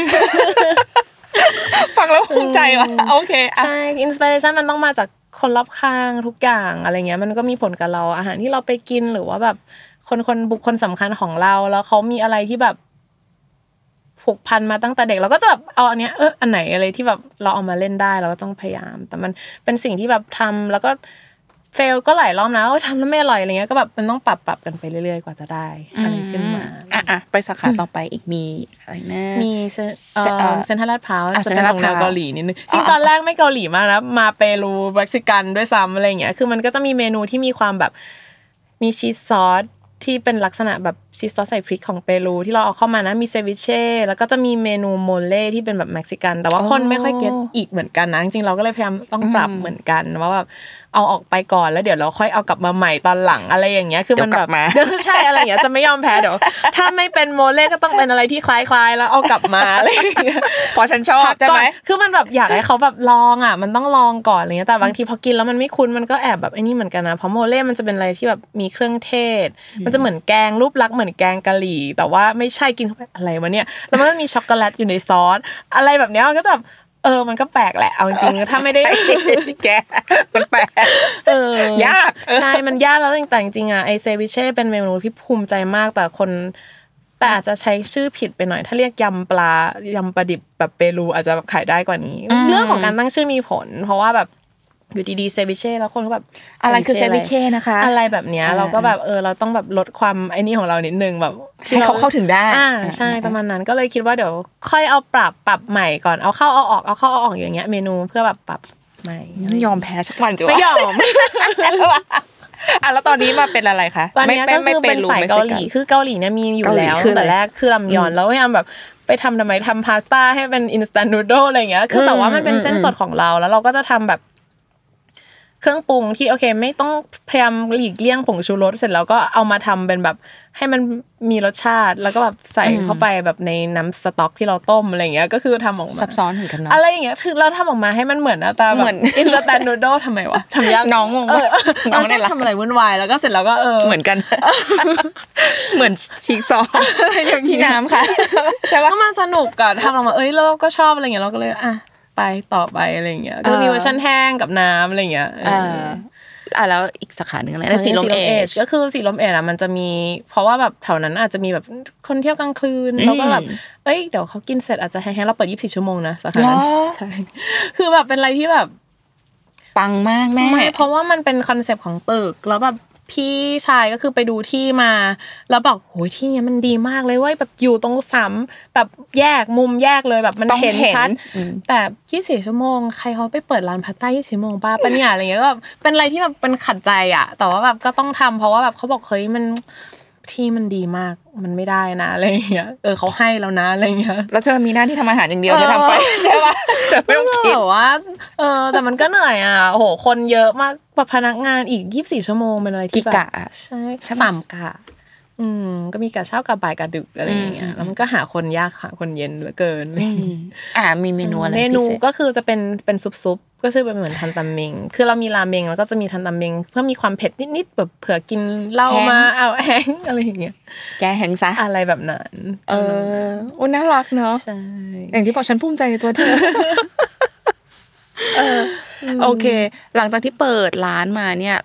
ฟังแล้วภูมิใจว่ะโอเคใช่อินสปิเรชันมันต้องมาจากคนรอบข้างทุกอย่างอะไรเงี้ยมันก็มีผลกับเราอาหารที่เราไปกินหรือว่าแบบคนบุคคลสำคัญของเราแล้วเขามีอะไรที่แบบผูกพันมาตั้งแต่เด็กเราก็จะแบบเอาอันเนี้ยอันไหนอะไรที่แบบเราเอามาเล่นได้เราก็ต้องพยายามแต่มันเป็นสิ่งที่แบบทำแล้วก็เฟลก็หลายรอบนะทำแล้วไม่อร่อยอะไรเงี้ยก็แบบมันต้องปรับกันไปเรื่อยๆกว่าจะได้อะไรขึ้นมาไปสาขาต่อไปอีกมีอะไรแน่มีเซ็นทรัลลาดพร้าวจะเป็นของแนวเกาหลีนิดนึงจริงตอนแรกไม่เกาหลีมากนะมาเปรูเม็กซิกันด้วยซ้ำอะไรเงี้ยคือมันก็จะมีเมนูที่มีความแบบมีชีสซอสที่เป็นลักษณะแบบชีสซอสใส่พริกของเปรูที่เราเอาเข้ามานะมีเซวิเช่แล้วก็จะมีเมนูโมเล่ที่เป็นแบบเม็กซิกันแต่ว่าคนไม่ค่อยเก็ตอีกเหมือนกันนะจริงๆเราก็เลยพยายามต้องปรับเหมือนกันว่าแบบเอาออกไปก่อนแล้วเดี๋ยวเราค่อยเอากลับมาใหม่ตอนหลังอะไรอย่างเงี้ยคือมันแบบใช่อะไรอย่างเงี้ยจะไม่ยอมแพ้เดี๋ยวถ้าไม่เป็นโมเล่ก็ต้องเป็นอะไรที่คล้ายๆแล้วเอากลับมาอะไรพอฉันชอบใช่ไหมคือมันแบบอยากให้เขาแบบลองมันต้องลองก่อนอะไรเงี้ยแต่บางทีพอกินแล้วมันไม่คุ้นมันก็แอบแบบไอ้นี่เหมือนกันนะเพราะโมเล่มันจะเป็นอะไรที่แบบมีเครื่องเทศมันจะเหมือนแกงรูปลักษณ์เหมือนแกงกะหรี่แต่ว่าไม่ใช่กินเข้าไปอะไรวะเนี่ยแล้วมันมีช็อกโกแลตอยู่ในซอสอะไรแบบเนี้ยมันก็จะมันก็แปลกแหละเอาจริงๆถ้าไม่ได้แกมันแปลกยากใช่มันยากแล้วแต่จริงๆไอเซวิเช่เป็นเมนูที่ภูมิใจมากแต่คนแต่อาจจะใช้ชื่อผิดไปหน่อยถ้าเรียกยำปลาดิบแบบเปรูอาจจะขายได้กว่านี้เรื่องของการตั้งชื่อมีผลเพราะว่าแบบอยู่ดีๆเซวิเช่แล้วคนก็แบบอะไรคือเซวิเช่นะคะอะไรแบบเนี้ยเราก็แบบเราต้องแบบลดความไอ้นี่ของเรานิดนึงแบบให้เขาเข้าถึงได้ใช่ประมาณนั้นก็เลยคิดว่าเดี๋ยวค่อยเอาปรับใหม่ก่อนเอาเข้าเอาออกอย่างเงี้ยเมนูเพื่อแบบปรับใหม่ยอมแพ้สักวันจ้ะไม่ยอมแล้วตอนนี้มาเป็นอะไรคะตอนนี้ก็คือเป็นสายเกาหลีคือเกาหลีเนี่ยมีอยู่แล้วแต่แรกคือรำยอนแล้วพยายามแบบไปทำไมทำพาสต้าให้เป็น instant noodle อะไรอย่างเงี้ยคือแต่ว่ามันเป็นเส้นสดของเราแล้วเราก็จะทำแบบเครื่องปรุงที่โอเคไม่ต้องพยายามหลีกเลี่ยงผงชูรสเสร็จแล้วก็เอามาทำเป็นแบบให้มันมีรสชาติแล้วก็แบบใส่เข้าไปแบบในน้ำสต๊อกที่เราต้มอะไรเงี้ยก็คือทำออกมาซับซ้อนเหมือนกันเนาะอะไรอย่างเงี้ยคือเราทำออกมาให้มันเหมือนหน้าตาแบบอินสแตนต์นูโดลทำไมวะทำยากน้องงงน้องได้ทำอะไรวุ่นวายแล้วก็เสร็จแล้วก็เหมือนกันเหมือนชีกซอสอย่างที่น้ำค่ะใช่ป่ะก็มันสนุกอะทำออกมาเราก็ชอบอะไรเงี้ยเราก็เลยไปต่อไปอะไรเงี้ยก็มีเวอร์ชันแห้งกับน้ำอะไรเงี้ยแล้วอีกสาขาหนึ่งอะไรนะสีลมเอจก็คือสีลมเอจมันจะมีเพราะว่าแบบแถวนั้นอาจจะมีแบบคนเที่ยวกลางคืนแล้วก็แบบเดี๋ยวเขากินเสร็จอาจจะแห้งๆเราเปิด24ชั่วโมงนะสาขานั้นใช่คือแบบเป็นอะไรที่แบบปังมากแม่เพราะว่ามันเป็นคอนเซปต์ของตึกแล้วแบบพี่ชายก็คือไปดูที่มาแล้วบอกโหยที่นี้มันดีมากเลยเว้ยแบบอยู่ตรงซ้ำแบบแยกมุมแยกเลยแบบมันเห็นชัดแต่24ชั่วโมงใครเขาไปเปิดร้านพาสต้า24ชั่วโมงป่ะปะเนี่ยอะไรเงี้ยก็เป็นอะไรที่แบบเป็นขัดใจอ่ะแต่ว่าแบบก็ต้องทำเพราะว่าแบบเขาบอกเฮ้ยมันที่มันดีมากมันไม่ได้นะอะไรเงี้ยเขาให้แล้วนะอะไรเงี้ยแล้วเธอมีหน้าที่ทำอาหารอย่างเดียวเธอทำไปใช่ป่ะจะไม่ต้องคิดว่าแต่มันก็เหนื่อยอ่ะโหคนเยอะมากแบบพนักงานอีก24ชั่วโมงเป็นอะไรที่แบบใช่3กะก็มีกะเช้ากะบ่ายกะดึกอะไรอย่างเงี้ยแล้วมันก็หาคนยากหาคนเย็นเหลือเกินมีเมนูอะไรเมนูก็คือจะเป็นซุปก็คือเป็นเหมือนทันตาเมงคือเรามีราเมงแล้วก็จะมีทันตาเมงเพื่อมีความเผ็ดนิดๆแบบเผื่อกินเหล้ามาแห้งอะไรอย่างเงี้ยแกแห้งซะอะไรแบบนั้นน่ารักเนาะใช่อย่างที่บอกฉันภูมิใจในตัวเธอโอเคหลังจากที่เปิดร้านมาเนี่ย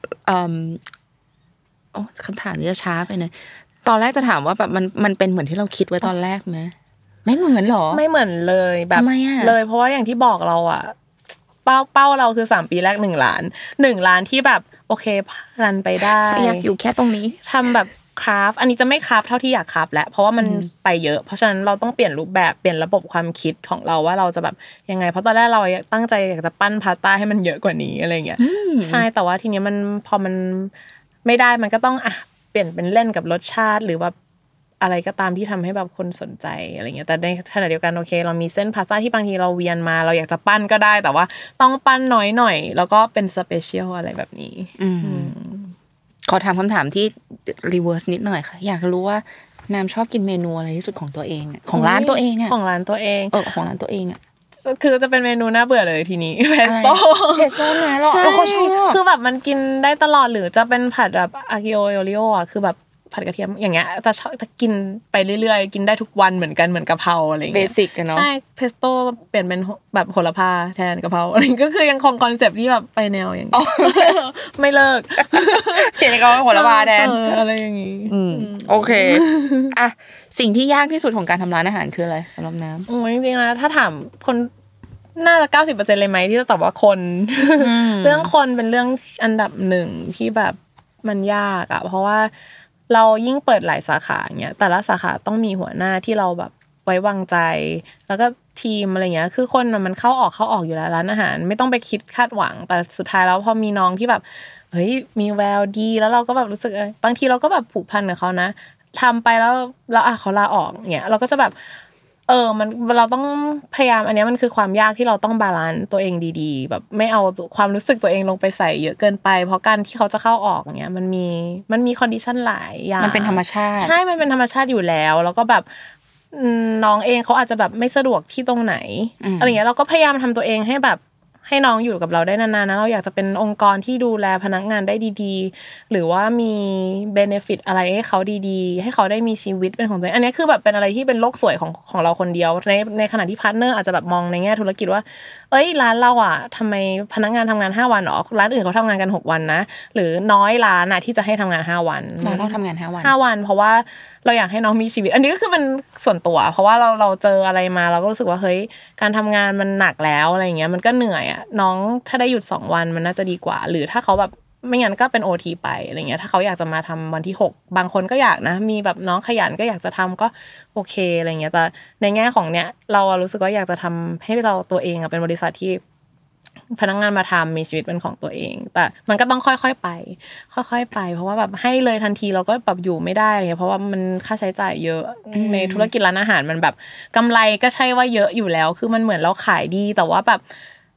คำถามนี้จะช้าไปเลยตอนแรกจะถามว่าแบบมันเป็นเหมือนที่เราคิดไว้ตอนแรกไหมไม่เหมือนหรอไม่เหมือนเลยแบบเลยเพราะว่าอย่างที่บอกเราอ่ะเป้าเราคือ3ปีแรก1ล้านที่แบบโอเครันไปได้อยากอยู่แค่ตรงนี้ทำแบบคราฟอันนี้จะไม่คราฟเท่าที่อยากคราฟแล้วเพราะว่ามันไปเยอะเพราะฉะนั้นเราต้องเปลี่ยนรูปแบบเปลี่ยนระบบความคิดของเราว่าเราจะแบบยังไงเพราะตอนแรกเราตั้งใจอยากจะปั้นพาสต้าให้มันเยอะกว่านี้อะไรเงี้ยใช่แต่ว่าทีนี้มันพอมันไม่ได้มันก็ต้องเปลี่ยนเป็นเล่นกับรสชาติหรือแบบอะไรก็ตามที่ทำให้แบบคนสนใจอะไรเงี้ยแต่ในขณะเดียวกันโอเคเรามีเส้นพาสต้าที่บางทีเราเวียนมาเราอยากจะปั้นก็ได้แต่ว่าต้องปั้นน้อยหน่อยแล้วก็เป็นสเปเชียลอะไรแบบนี้ขอถามคำถามที่รีเวิร์สนิดหน่อยค่ะอยากรู้ว่าน้ำชอบกินเมนูอะไรที่สุดของตัวเองของร้านตัวเองของร้านตัวเองของร้านตัวเองคือจะเป็นเมนูน่าเบื่อเลยทีนี้เพสโต้นะเราก็ชอบคือแบบมันกินได้ตลอดหรือจะเป็นผัดแบบอากิโอริโอคือแบบผัดกระเทียมอย่างเงี้ยจะกินไปเรื่อยๆกินได้ทุกวันเหมือนกันเหมือนกะเพราอะไรอย่างเงี้ยเบสิกกันเนาะใช่เพสโต้เปลี่ยนเป็นแบบโหระพาแทนกะเพราอะไรก็คือยังคงคอนเซปต์ที่แบบไปแนวอย่างเงี้ยไม่เลิกเปลี่ยนก็โหระพาแทนอะไรอย่างงี้โอเคสิ่งที่ยากที่สุดของการทำร้านอาหารคืออะไรสำหรับน้ำจริงๆนะถ้าถามคนน่าจะ 90% เลยไหมที่จะตอบว่าคนเรื่องคนเป็นเรื่องอันดับ1ที่แบบมันยากอ่ะเพราะว่าเรายิ่งเปิดหลายสาขาเงี้ยแต่ละสาขาต้องมีหัวหน้าที่เราแบบไว้วางใจแล้วก็ทีมอะไรเงี้ยคือคนมันเข้าออกอยู่แล้วร้านอาหารไม่ต้องไปคิดคาดหวังแต่สุดท้ายแล้วพอมีน้องที่แบบเฮ้ยมีแววดีแล้วเราก็แบบรู้สึกบางทีเราก็แบบผูกพันกับเขานะทำไปแล้วเขาลาออกเงี้ยเราก็จะแบบมันเราต้องพยายามอันนี้มันคือความยากที่เราต้องบาลานซ์ตัวเองดีๆแบบไม่เอาความรู้สึกตัวเองลงไปใส่เยอะเกินไปเพราะการที่เขาจะเข้าออกเงี้ยมันมีคอนดิชันหลายอย่างมันเป็นธรรมชาติใช่มันเป็นธรรมชาติอยู่แล้วแล้วก็แบบน้องเองเขาอาจจะแบบไม่สะดวกที่ตรงไหนอะไรเงี้ยเราก็พยายามทำตัวเองให้แบบให้น้องอยู่กับเราได้นานๆนะเราอยากจะเป็นองค์กรที่ดูแลพนักงานได้ดีๆหรือว่ามีเบเนฟิตอะไรให้เขาดีๆให้เขาได้มีชีวิตเป็นของตัวเองอันนี้คือแบบเป็นอะไรที่เป็นโลกสวยของเราคนเดียวในขณะที่พาร์ทเนอร์อาจจะแบบมองในแง่ธุรกิจว่าร้านเราอ่ะทำไมพนักงานทำงาน5วันหรอร้านอื่นเขาทำงานกัน6วันนะหรือน้อยร้านน่ะที่จะให้ทำงาน5วันเราทำงาน5 วัน 5วันเพราะว่าเราอยากให้น้องมีชีวิตอันนี้ก็คือเป็นส่วนตัวเพราะว่าเราเจออะไรมาเราก็รู้สึกว่าเฮ้ยการทำงานมันหนักแล้วอะไรอย่างเงี้ยมันก็เหนื่อยอ่ะน้องถ้าได้หยุด2วันมันน่าจะดีกว่าหรือถ้าเขาแบบไม่งั้นก็เป็น OT ไปอะไรเงี้ยถ้าเขาอยากจะมาทำวันที่6บางคนก็อยากนะมีแบบน้องขยันก็อยากจะทำก็โอเคอะไรเงี้ยแต่ในแง่ของเนี้ยเรารู้สึกว่าอยากจะทำให้เราตัวเองเป็นบริษัทที่พนักงานมาทำมีชีวิตเป็นของตัวเองแต่มันก็ต้องค่อยๆไปเพราะว่าแบบให้เลยทันทีเราก็แบบอยู่ไม่ได้เลยเพราะว่ามันค่าใช้จ่ายเยอะในธุรกิจร้านอาหารมันแบบกำไรก็ใช่ว่าเยอะอยู่แล้วคือมันเหมือนเราขายดีแต่ว่าแบบ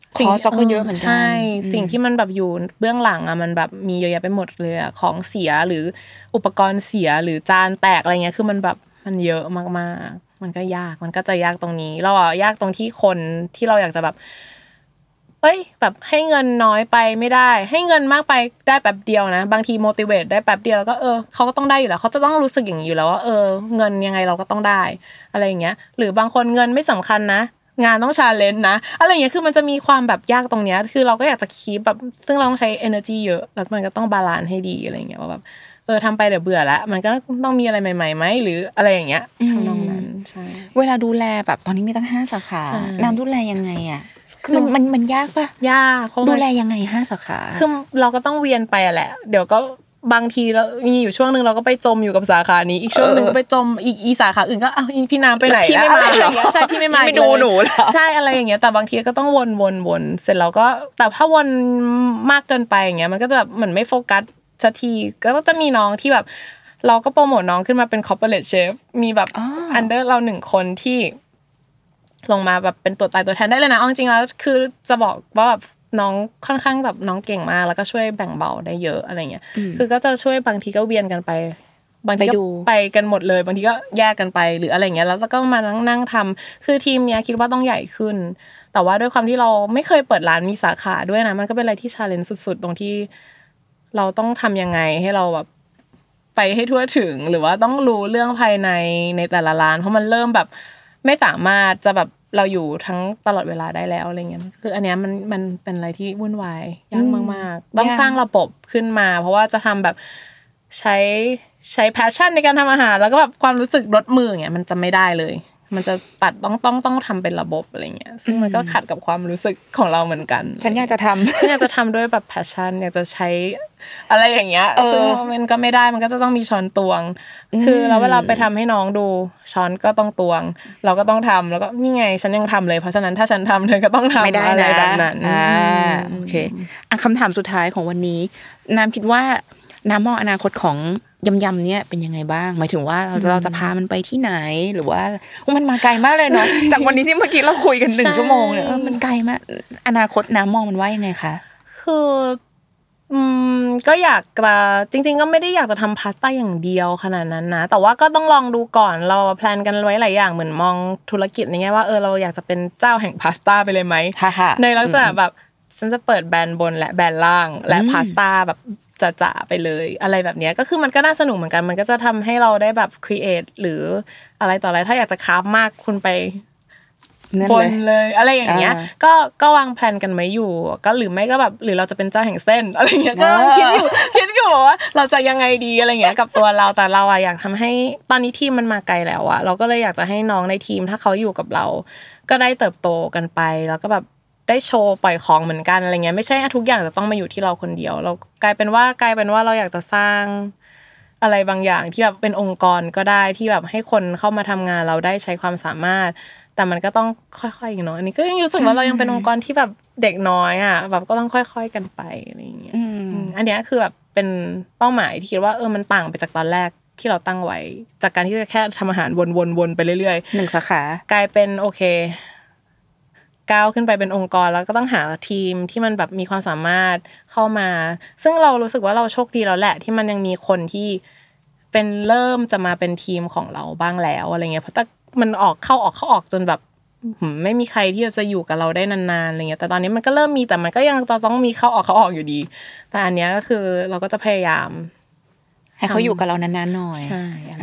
คอสก็เยอะเหมือนกันใช่สิ่งที่มันแบบอยู่เบื้องหลังอ่ะมันแบบมีเยอะแยะไปหมดเลยอ่ะของเสียหรืออุปกรณ์เสียหรือจานแตกอะไรเงี้ยคือมันแบบมันเยอะมากๆมันก็ยากมันก็จะยากตรงนี้เราอ่ะยากตรงที่คนที่เราอยากจะแบบแบบให้เงินน้อยไปไม่ได้ให้เงินมากไปได้แป๊บเดียวนะบางที motivate ได้แป๊บเดียวแล้วก็เขาก็ต้องได้อยู่แล้วเขาจะต้องรู้สึกอย่างนี้อยู่แล้วว่าเงินยังไงเราก็ต้องได้อะไรอย่างเงี้ยหรือบางคนเงินไม่สำคัญนะงานต้อง challenge นะอะไรอย่างเงี้ยคือมันจะมีความแบบยากตรงเนี้ยคือเราก็อยากจะคีปแบบซึ่งเราต้องใช้ energy เยอะแล้วมันก็ต้องบาลานซ์ให้ดีอะไรอย่างเงี้ยว่าแบบทำไปเดี๋ยวเบื่อแล้วมันก็ต้องมีอะไรใหม่ๆไหมหรืออะไรอย่างเงี้ยทำนองนั้นใช่เวลาดูแลแบบตอนนี้มีตั้ง5 สาขาน้ำดูแลยังไงอ่ะคือมันยากปะยากดูแลยังไง5 สาขาคือเราก็ต้องเวียนไปแหละเดี๋ยวก็บางทีแล้วมีอยู่ช่วงนึงเราก็ไปจมอยู่กับสาขานี้อีกช่วงนึงไปจมอีสาขาอื่นก็พี่น้ำไปไหนพี่ไม่มาใช่พี่ไม่มาไม่ดูหนูแล้วใช่อะไรอย่างเงี้ยแต่บางทีก็ต้องวนเสร็จแล้วก็แต่ถ้าวนมากเกินไปอย่างเงี้ยมันก็จะแบบเหมือนไม่โฟกัสสักทีก็จะมีน้องที่แบบเราก็โปรโมทน้องขึ้นมาเป็น corporate chef มีแบบ under เรา1 คนที่ลงมาแบบเป็นตัวตายตัวแทนได้เลยนะเอาจริงๆแล้วคือจะบอกว่าแบบน้องค่อนข้างแบบน้องเก่งมากแล้วก็ช่วยแบ่งเบาได้เยอะอะไรเงี้ยคือก็จะช่วยบางทีก็เวียนกันไปบางทีก็ไปกันหมดเลยบางทีก็แยกกันไปหรืออะไรเงี้ยแล้วก็มานั่งทำคือทีมเนี้ยคิดว่าต้องใหญ่ขึ้นแต่ว่าด้วยความที่เราไม่เคยเปิดร้านมีสาขาด้วยนะมันก็เป็นอะไรที่ challenge สุดๆตรงที่เราต้องทำยังไงให้เราแบบไปให้ทั่วถึงหรือว่าต้องรู้เรื่องภายในแต่ละร้านเพราะมันเริ่มแบบไม่สามารถจะแบบเราอยู่ทั้งตลอดเวลาได้แล้วอะไรเงี้ยคืออันเนี้ยมันเป็นอะไรที่วุ่นวายยากมากๆต้องสร้างระบบขึ้นมาเพราะว่าจะทำแบบใช้ passion ในการทำอาหารแล้วก็แบบความรู้สึกรสมืออย่างเงี้ยมันจะไม่ได้เลยมันจะตัดต้องทำเป็นระบบอะไรเงี้ยซึ่งมันก็ขัดกับความรู้สึกของเราเหมือนกันฉันอยากจะทำด้วยแบบ passion อยากจะใช้อะไรอย่างเงี้ยซึ่งมันก็ไม่ได้มันก็จะต้องมีช้อนตวงคือแล้วเวลาไปทำให้น้องดูช้อนก็ต้องตวงเราก็ต้องทำแล้วก็นี่ไงฉันยังทำเลยเพราะฉะนั้นถ้าฉันทำเธอก็ต้องทำอะไรแบบนั้นโอเคคำถามสุดท้ายของวันนี้น้ำคิดว่าน้ำมองอนาคตของยำเนี่ยเป็นยังไงบ้างหมายถึงว่าเราจะพามันไปที่ไหนหรือว่ามันมาไกลมากเลยเนาะจากวันนี้ที่เมื่อกี้เราคุยกัน1 ชั่วโมงเนี่ยมันไกลมากอนาคตน้ำมองมันว่ายังไงคะคือก็อยากจริงๆก็ไม่ได้อยากจะทำพาสต้าอย่างเดียวขนาดนั้นนะแต่ว่าก็ต้องลองดูก่อนเราแพลนกันไว้หลายอย่างเหมือนมองธุรกิจในแง่ว่าเราอยากจะเป็นเจ้าแห่งพาสต้าไปเลยไหมในลักษณะแบบฉันจะเปิดแบรนด์บนและแบรนด์ล่างและพาสต้าแบบจ๋าๆไปเลยอะไรแบบนี้ก็คือมันก็น่าสนุกเหมือนกันมันก็จะทำให้เราได้แบบครีเอทหรืออะไรต่ออะไรถ้าอยากจะคราฟมากคุณไปบนเลยอะไรอย่างเงี้ยก็วางแผนกันไว้อยู่ก็หรือไม่ก็แบบหรือเราจะเป็นเจ้าแห่งเส้นอะไรเงี้ยก็คิดอยู่ว่าเราจะยังไงดีอะไรเงี้ยกับตัวเราแต่เราอยากทำให้ตอนนี้ทีมมันมาไกลแล้วอะเราก็เลยอยากจะให้น้องในทีมถ้าเขาอยู่กับเราก็ได้เติบโตกันไปแล้วก็แบบได้โชว์ปล่อยของเหมือนกันอะไรเงี้ยไม่ใช่ทุกอย่างจะต้องมาอยู่ที่เราคนเดียวเรากลายเป็นว่าเราอยากจะสร้างอะไรบางอย่างที่แบบเป็นองค์กรก็ได้ที่แบบให้คนเข้ามาทำงานเราได้ใช้ความสามารถแต่มันก็ต้องค่อยๆอย่างน้อยอันนี้ก็ยังรู้สึกว่าเรายังเป็นองค์กรที่แบบเด็กน้อยอ่ะแบบก็ต้องค่อยๆกันไปอะไรอย่างเงี้ยอันเนี้ยคือแบบเป็นเป้าหมายที่คิดว่ามันต่างไปจากตอนแรกที่เราตั้งไว้จากการที่จะแค่ทำอาหารวนๆไปเรื่อยๆ1 สาขากลายเป็นโอเคก้าวขึ้นไปเป็นองค์กรแล้วก็ต้องหาทีมที่มันแบบมีความสามารถเข้ามาซึ่งเรารู้สึกว่าเราโชคดีแล้วแหละที่มันยังมีคนที่เป็นเริ่มจะมาเป็นทีมของเราบ้างแล้วอะไรเงี้ยเพราะมันเข้าออกจนแบบไม่มีใครที่จะอยู่กับเราได้นานๆอะไรเงี้ยแต่ตอนนี้มันก็เริ่มมีแต่มันก็ยังต้องมีเข้าออกอยู่ดีแต่อันเนี้ยก็คือเราก็จะพยายามให้เขาอยู่กับเรานานๆหน่อยใช่อะไร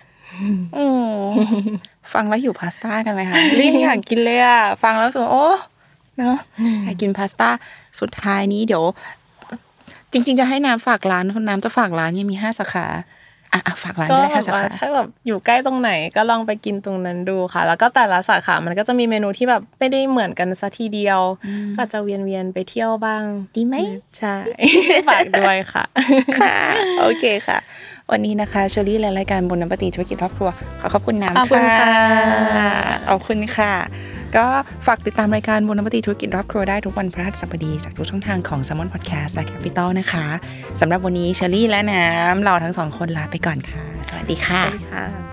ฟังแล้วหิวพาสต้ากันไหมคะรีบอยากกินเลยอ่ะฟังแล้วสุดโอ้เนาะอยากกินพาสต้าสุดท้ายนี้เดี๋ยวจริงๆจะให้น้ำฝากร้านน้ำจะฝากร้านยังมี5 สาขาฝากร้านก็ได้5 สาขาถ้าแบบอยู่ใกล้ตรงไหนก็ลองไปกินตรงนั้นดูค่ะแล้วก็แต่ละสาขามันก็จะมีเมนูที่แบบไม่ได้เหมือนกันซะทีเดียวก็จะเวียนไปเที่ยวบ้างดีไหมใช่ฝากด้วยค่ะค่ะโอเคค่ะวันนี้นะคะเชอรี่และรายการบนน้ำปฏิธุรกิจครอบครัวขอบคุณน้ำค่ะขอบคุณค่ะก็ฝากติดตามรายการบนน้ำปฏิธุรกิจครอบครัวได้ทุกวันพฤหัสบดีจากทุกช่องทางของ Salmon Podcast และ Capital นะคะสำหรับวันนี้เชอรี่และน้ำเราทั้ง2 คนลาไปก่อนค่ะสวัสดีค่ะ